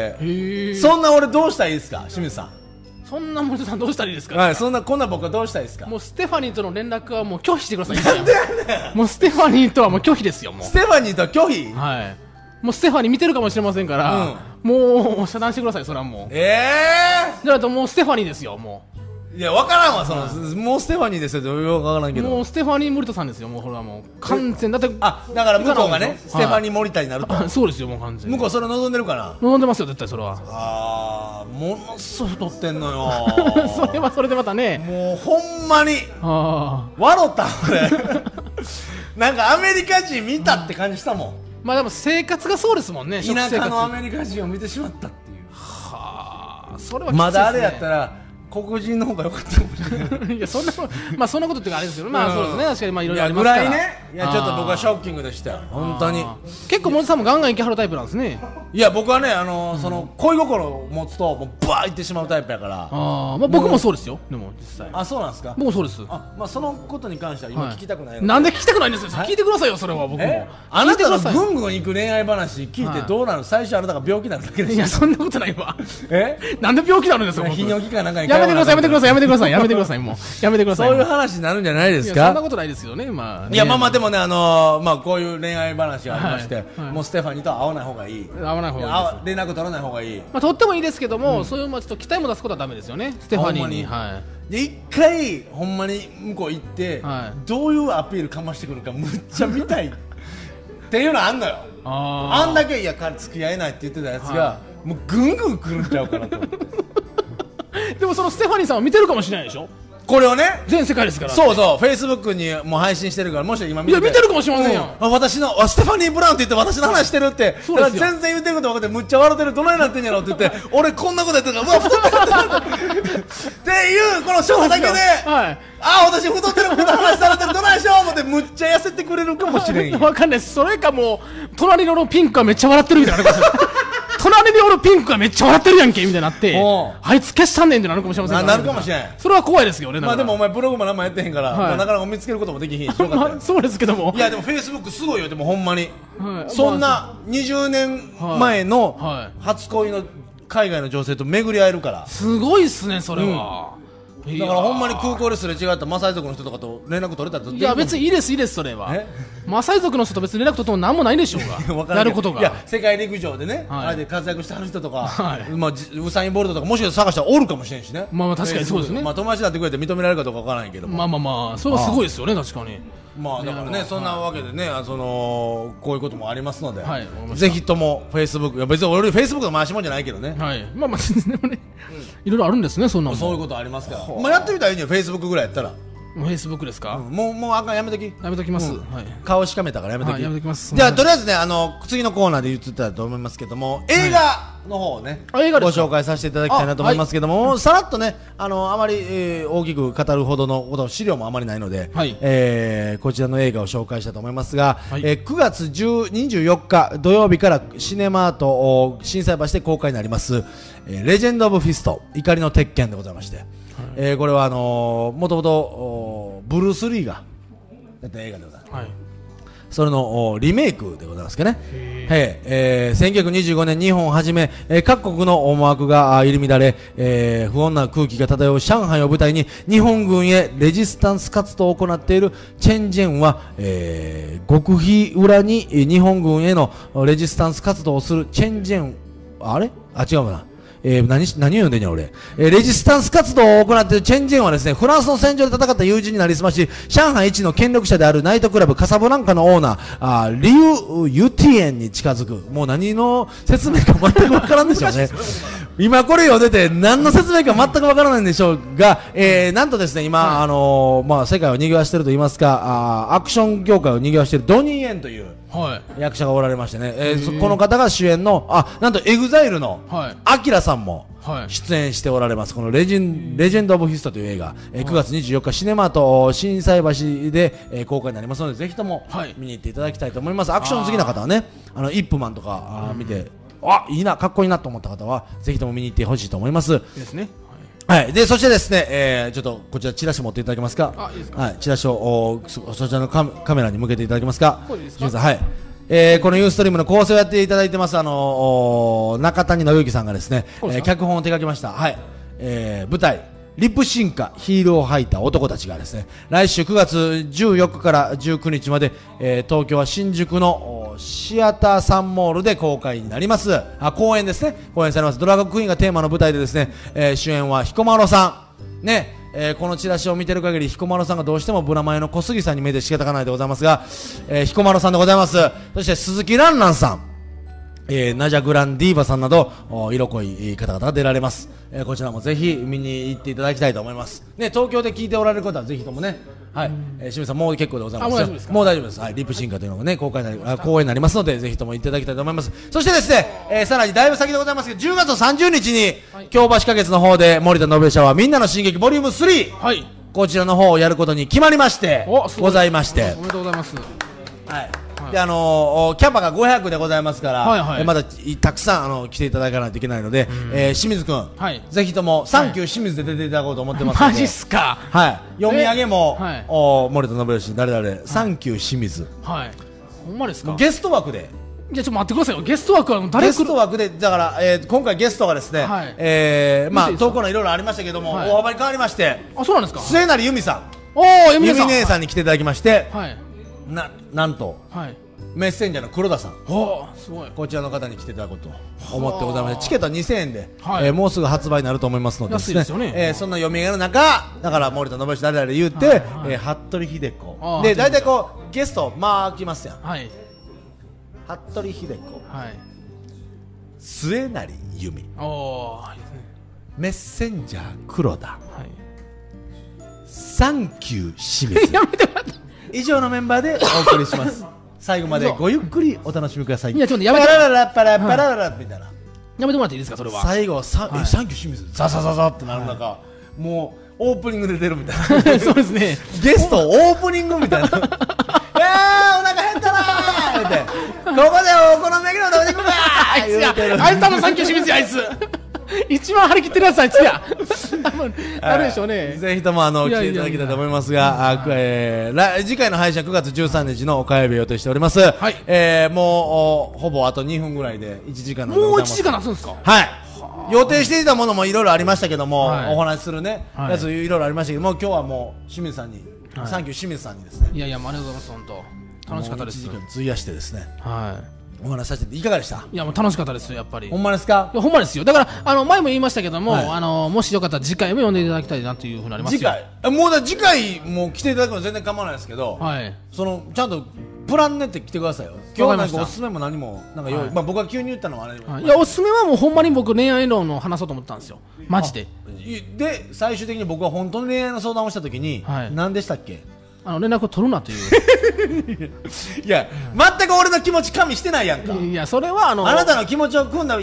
[SPEAKER 1] そんな俺どうしたらいいですか清水さん、
[SPEAKER 2] そんな森田さんどうしたらいいですか、
[SPEAKER 1] はい、そんなこんな僕はどうしたらいいですか、
[SPEAKER 2] もうステファニーとの連絡はもう拒否してくださいなんでやねんもうステファニーとはもう拒否ですよ、もう
[SPEAKER 1] ステファニーとは拒否、
[SPEAKER 2] はい、もうステファニー見てるかもしれませんから、うん、もう遮断してください、それはもう、
[SPEAKER 1] ええー、
[SPEAKER 2] じゃあともうステファニーですよ、もう
[SPEAKER 1] いや分からんわ、その、はい、もうステファニーですよってよく分からんけど、
[SPEAKER 2] もうステファニー森田さんですよ、もうこれはもう完全だって、
[SPEAKER 1] あ、だから向こうがねステファニー森田になると、
[SPEAKER 2] はい、そうですよ、もう完全に
[SPEAKER 1] 向こうそれ望んでるかな、
[SPEAKER 2] 望んでますよ絶対それは、
[SPEAKER 1] あーものすごい太ってんのよ
[SPEAKER 2] それはそれでまたね、
[SPEAKER 1] もうほんまにあ笑った俺なんかアメリカ人見たって感じしたもん、
[SPEAKER 2] まあでも生活がそうですもんね、
[SPEAKER 1] 田舎のアメリカ人を見てしまったっていう、
[SPEAKER 2] はあ、それはきついですね、
[SPEAKER 1] まだあれやったら黒人の方が良かったかもしれない
[SPEAKER 2] いやそんなまあそんなことっていうかあれですけど、まあそうですね、確かにまあいろいろありますから、
[SPEAKER 1] ぐらいね、いやちょっと僕はショッキングでしたよ本当に。
[SPEAKER 2] 結構森さんもガンガンいきはるタイプなんですね。
[SPEAKER 1] いや僕はね、あのーうん、その恋心を持つともうバーいってしまうタイプやから、
[SPEAKER 2] あ、まあ、僕もそうですよ、でも実際、
[SPEAKER 1] あ、そうなんですか、
[SPEAKER 2] 僕もそうです、
[SPEAKER 1] あ、まあ、そのことに関しては今聞きたくないの、はい、
[SPEAKER 2] なんで聞きたくないんですよ、はい、聞いてくださいよ、それは僕も。
[SPEAKER 1] あなたのぐんぐんいく恋愛話聞いてどうなる、はい、最初あなたが病気になるだけでしょ。
[SPEAKER 2] いやそんなことないわえなんで病気になるんですか、
[SPEAKER 1] 泌尿器科なんかに
[SPEAKER 2] やめてください、やめてください、やめてください、やめてください、もうやめてください、
[SPEAKER 1] そういう話になるんじゃないですか。
[SPEAKER 2] いやそんなことないですよね、まあね、
[SPEAKER 1] いやまあまあでもね、あのー、まあこういう恋愛話がありまして、はいはい、もうステファニーとは会わない方がいい、
[SPEAKER 2] 会わない方がいいです、
[SPEAKER 1] 連絡取らない方がいい、
[SPEAKER 2] まあ、とってもいいですけども、うん、そういうまあちょっと期待も出すことはダメですよね、ステファニーに。はい、
[SPEAKER 1] で一回ほんまに向こう行って、はい、どういうアピールかましてくるかむっちゃ見たいっていうのあんのよ。あ, あんだけいや彼付き合えないって言ってたやつが、はい、もうぐんぐん来るんちゃうかなと思って
[SPEAKER 2] でもそのステファニーさんは見てるかもしれないでしょ、
[SPEAKER 1] これをね、
[SPEAKER 2] 全世界ですから。
[SPEAKER 1] そうそう、フェイスブックにも配信してるから、もし今見てて、
[SPEAKER 2] いや見てるかもしれませんよ、
[SPEAKER 1] うん、私のステファニー・ブラウンって言って私の話してるって、だから全然言ってること分かってむっちゃ笑ってる、どないなってんやろって言って俺こんなことやってるから、うわ太ってるっていうこのショーだけで、はい、あ、私太ってること話されてる、どないしよう思ってむっちゃ痩せてくれるかもしれんよ。
[SPEAKER 2] 分かんないです、それかもう隣のピンクがめっちゃ笑ってるみたいな隣におるピンクがめっちゃ笑ってるやんけみたいになって、あいつ消したんねんってなるかもしれませんから、
[SPEAKER 1] なるかもしれん。
[SPEAKER 2] それは怖いですよね。
[SPEAKER 1] まあでもお前ブログも何もやってへんから、はい、なかなか見つけることもできひんし、よかったよ
[SPEAKER 2] そうですけども、
[SPEAKER 1] いやでもフェイスブックすごいよ、でもほんまに、はい、そんなにじゅうねんまえの初恋の海外の女性と巡り合えるから、
[SPEAKER 2] すごいっすねそれは、
[SPEAKER 1] うん、だからほんまに空港ですれ違ったマサイ族の人とかと連絡取れたら、
[SPEAKER 2] いや別にいいですいいです、それはマサイ族の人と別に連絡取っても何もないでしょうがやることが、
[SPEAKER 1] いや世界陸上でね、はい、あれで活躍してはる人とか、はい、まあ、ウサイン・ボルトとかもしかしたら探したらおるかもしれんしね。
[SPEAKER 2] まあまあ確かにそうですね、
[SPEAKER 1] まあ、友達だってくれて認められるかどうかわからないけども、
[SPEAKER 2] まあまあまあそれはすごいですよね、確かに。
[SPEAKER 1] まあだからね、はい、そんなわけでね、そのこういうこともありますので、はい、ぜひともフェイスブック、いや別に俺フェイスブックの回しもんじゃないけどね、
[SPEAKER 2] はい、まあまあでもね、いろいろあるんですね、そんなもん。
[SPEAKER 1] そういうことありますから、まあやってみたらいいね、フェイスブックぐらいやったら。
[SPEAKER 2] フェイスブックですか、
[SPEAKER 1] うん、もうもうあかん、やめとき
[SPEAKER 2] やめときます、うん、
[SPEAKER 1] はい、顔しかめたからやめとき、
[SPEAKER 2] はい、やめときます。
[SPEAKER 1] じゃあとりあえずね、あの次のコーナーで言ってたと思いますけども、映画の方をね
[SPEAKER 2] ご
[SPEAKER 1] 紹介させていただきたいなと思いますけども、はい、さらっとねあのあまり、えー、大きく語るほどのこと資料もあまりないので、はい、えー、こちらの映画を紹介したいと思いますが、はい、えー、くがつにじゅうよっか土曜日からシネマート心斎橋で公開になります、えー、レジェンド・オブ・フィスト怒りの鉄拳でございまして、はい、えー、これはあのー、もともとブルース・リーがやった映画でございます、はい、それのリメイクでございますかね。えー、せんきゅうひゃくにじゅうごねん日本をはじめ、えー、各国の思惑が入り乱れ、えー、不穏な空気が漂う上海を舞台に日本軍へレジスタンス活動を行っているチェンジェンは、えー、極秘裏に日本軍へのレジスタンス活動をするチェンジェンあれあ違うかなえー、何、何を読んでんねん俺、えー、レジスタンス活動を行っているチェンジェンはですね、フランスの戦場で戦った友人になりすまし、上海一の権力者であるナイトクラブカサブランカのオーナー、あーリュウ・ユティエンに近づく。もう何の説明か全くわからんでしょうね。今これ読んでて何の説明か全くわからないんでしょうが、えー、なんとですね、今、はい、あのー、まあ、世界を賑わしていると言いますか、あアクション業界を賑わしているドニー・エンという、はい、役者がおられましてね、えー、この方が主演の、あ、なんとエグザイルのアキラさんも出演しておられます、このレジン、レジェンド・オブ・フィストという映画、えー、くがつにじゅうよっかシネマート心斎橋で、えー、公開になりますので、ぜひとも見に行っていただきたいと思います。アクション好きな方はね、あのイップマンとかあ見て、あ、いいな、かっこいいなと思った方はぜひとも見に行ってほしいと思います。
[SPEAKER 2] ですね。
[SPEAKER 1] はい、でそしてですね、えー、ちょっとこちらチラシ持っていただけますか。
[SPEAKER 2] あ、いいですか。
[SPEAKER 1] はい、チラシをお そ, そちらのカカメラに向けていただけますか。
[SPEAKER 2] これいいですか。
[SPEAKER 1] はい、えー、このユーストリームの構成をやっていただいてますあの中谷信之さんがですね、えー、脚本を手掛けました、はい、えー、舞台リップシンカヒールを履いた男たちがですね、来週くがつじゅうよっかからじゅうくにちまで、えー、東京は新宿のシアターサンモールで公開になります。あ、公演ですね、公演されます。ドラァグクイーンがテーマの舞台でですね、えー、主演は彦摩呂さんね、えー、このチラシを見てる限り彦摩呂さんがどうしてもブラマヨの小杉さんに目で仕方がないでございますが、えー、彦摩呂さんでございます。そして鈴木蘭蘭さん、えー、ナジャグランディーバさんなど色濃い方々が出られます、えー、こちらもぜひ見に行っていただきたいと思います、ね、東京で聞いておられる方はぜひともね、はい、えー、清水さんもう結構でございますよ。もう大丈夫です、はい、リップシンカーというのがね公開になりあ公演になりますのでぜひとも行っていただきたいと思います。そしてですね、えー、さらにだいぶ先でございますけどじゅうがつさんじゅうにちに、はい、京橋花月の方で森田信義はみんなの進撃ボリュームスリー、はい、こちらの方をやることに決まりましてございまして、
[SPEAKER 2] おめでとうございます。
[SPEAKER 1] はい、であのー、キャパがごひゃくでございますから、はいはい、えまだたくさんあの来ていただかないといけないので、えー、清水君、はい、ぜひともサンキュー清水で出ていただこうと思ってますので、
[SPEAKER 2] マジっすか、
[SPEAKER 1] はい、読み上げも、はい、お森田信義誰々、はい、サンキュー清水、
[SPEAKER 2] はい、ほんまですか。
[SPEAKER 1] ゲスト枠で、
[SPEAKER 2] じゃあちょっと待ってくださいよ、ゲスト枠は誰
[SPEAKER 1] ゲスト枠でだから、えー、今回ゲストがですね、はい、えー、まあ投稿のいろいろありましたけども、はい、大幅に変わりまして、
[SPEAKER 2] あ、そうなんですか。
[SPEAKER 1] 末成由美さん、
[SPEAKER 2] おー、由美
[SPEAKER 1] さん、由美姉さんに来ていただきまして、
[SPEAKER 2] はい、
[SPEAKER 1] ななんと、はい、メッセンジャーの黒田さん、
[SPEAKER 2] すごい、
[SPEAKER 1] こちらの方に来ていただこうと思ってございまして、チケットはにせんえんで、はい、えー、もうすぐ発売になると思いますのでですね、ですね、えー、そんな読み上げの中だから森田信義誰々言って、はいはい、えー、服部秀子で大体こうゲストまあ来ますやん、はい、服部秀子、はい、末成由美、おー、いいですね、メッセンジャー黒田、はい、サンキュー清水やめてもらって以上のメンバーでお送りします最後までごゆっくりお楽しみください。いや、ちょっとやめて、パラララパラパラララみたいな、
[SPEAKER 2] やめてもらっていいですか。それは最
[SPEAKER 1] 後サンキュー清水ザザザザってなる中、はい、もうオープニングで出るみたいな
[SPEAKER 2] そうですね、
[SPEAKER 1] ゲストオープニングみたいな、いやーお腹減ったなーってここでお好み焼きの食べてくるか
[SPEAKER 2] あいつや、あいつ多分サンキュー清水や、あいつ一番張り切ってるやつあいつやあるでしょうね。
[SPEAKER 1] ぜひともあの来ていただきたいと思いますが、あ、えー、来次回の配信はくがつじゅうさんにちの火曜日を予定しております、はい、えー、もうほぼあとにふんぐらいでいちじかんの
[SPEAKER 2] もういちじかんなすんですか。
[SPEAKER 1] はい、予定していたものもいろいろありましたけども、はい、お話しするね、はい、やついろいろありましたけども、今日はもう清水さんに、はい、サンキュー清水さんにですね、
[SPEAKER 2] いやいや、ありがとうございます。本当楽しかったです。いちじかん
[SPEAKER 1] 費やしてですね、
[SPEAKER 2] はい、
[SPEAKER 1] お話しさせていかがでした。
[SPEAKER 2] いや、もう楽しかったですよ、やっぱり。
[SPEAKER 1] ほんまですか。
[SPEAKER 2] いや、ほんまですよ。だからあの前も言いましたけども、はい、あのもしよかったら次回も読んでいただきたいなというふうになりますよ。
[SPEAKER 1] 次回もうだ次回もう来ていただくの全然構わないですけど、はい、そのちゃんとプラン練って来てくださいよ。今日なんかおすすめも何もなんか用意、はい、まあ僕が急に言ったのはあれ、
[SPEAKER 2] はい、いやおすすめはもうほんまに僕恋愛論の話そうと思ったんですよ、マジで。
[SPEAKER 1] で最終的に僕は本当に恋愛の相談をしたときに、はい、何でしたっけ、
[SPEAKER 2] あの連絡を取るなという
[SPEAKER 1] いや、うん、全く俺の気持ち加味してないやんか。
[SPEAKER 2] いや、それはあの
[SPEAKER 1] あなたの気持ちを組んだ、いや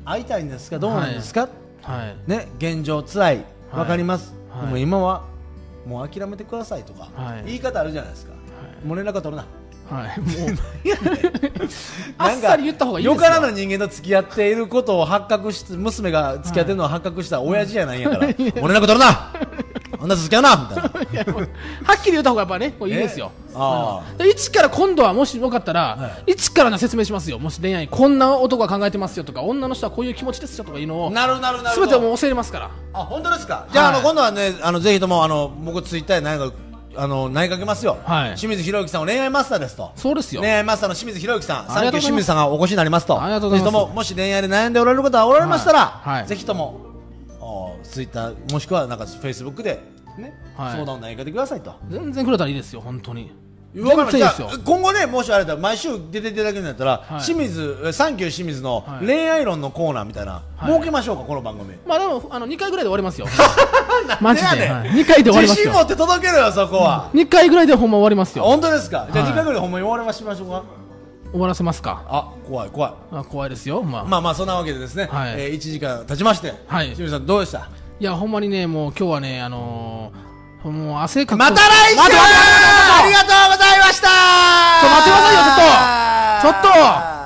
[SPEAKER 1] 会いたいんですか、どうなんですか、
[SPEAKER 2] はい、
[SPEAKER 1] ね、現状つらい、わかります、はい、でも今はもう諦めてくださいとか、はい、言い方あるじゃないですか、はい、もう連絡は取るな、はい、もうあっさり言った方がいいですよ。よからぬ人間と付き合っていることを発覚し、娘が付き合ってるのを発覚した親父じゃないんやから、はい、もう連絡取るなあんな付き合うなみたいなは
[SPEAKER 2] っきり言った方がやっぱね、いいですよ。ああ、一から今度はもしよかったら、はい、一から説明しますよ。もし恋愛こんな男が考えてますよとか、女の人はこういう気持ちですよとかいうのを、なるなるなる、全てもう教えますから。
[SPEAKER 1] あ、本当ですか。じゃあ、はい、あの今度はね、あのぜひともあの僕ツイッターで何かあの投げかけますよ、はい、清水宏之さんを恋愛マスターですと。
[SPEAKER 2] そうですよ、
[SPEAKER 1] 恋愛マスターの清水宏之さん、サンキュー清水さんがお越しになりますと。
[SPEAKER 2] ありがとうございます。
[SPEAKER 1] ぜひとももし恋愛で悩んでおられる方がおられましたら、はいはい、ぜひともツイッターもしくはなんかフェイスブックでね、はい、相談を投げかけてくださいと。
[SPEAKER 2] 全然くれたらいいですよ、本当に。
[SPEAKER 1] 分かりました。今後ね、もしあれだったら毎週出ていただけるんだったら、はい、清水サンキュー清水の恋愛論のコーナーみたいな、はい、設けましょうか、この番組。
[SPEAKER 2] まあでもあのにかいぐらいで終わりますよマジで、はい、にかいで終わりますよ。
[SPEAKER 1] 自信持って届けろよ、そこは。
[SPEAKER 2] にかいぐらいでほんま終わりますよ。
[SPEAKER 1] 本当ですか。じゃあにかいぐらいでほんまに終わりましましょうか。
[SPEAKER 2] 終わらせますか。
[SPEAKER 1] あ、怖い怖い。
[SPEAKER 2] あ、怖いですよ。まあ
[SPEAKER 1] まあまあ、そんなわけでですね、はい、えー、いちじかん経ちまして、はい、清水さんどうでした。
[SPEAKER 2] いやほんまにね、もう今日はね、あのーもう汗かく。
[SPEAKER 1] また来週ありがとうございました。
[SPEAKER 2] ちょ、待ってくださいよ、ちょっとちょっと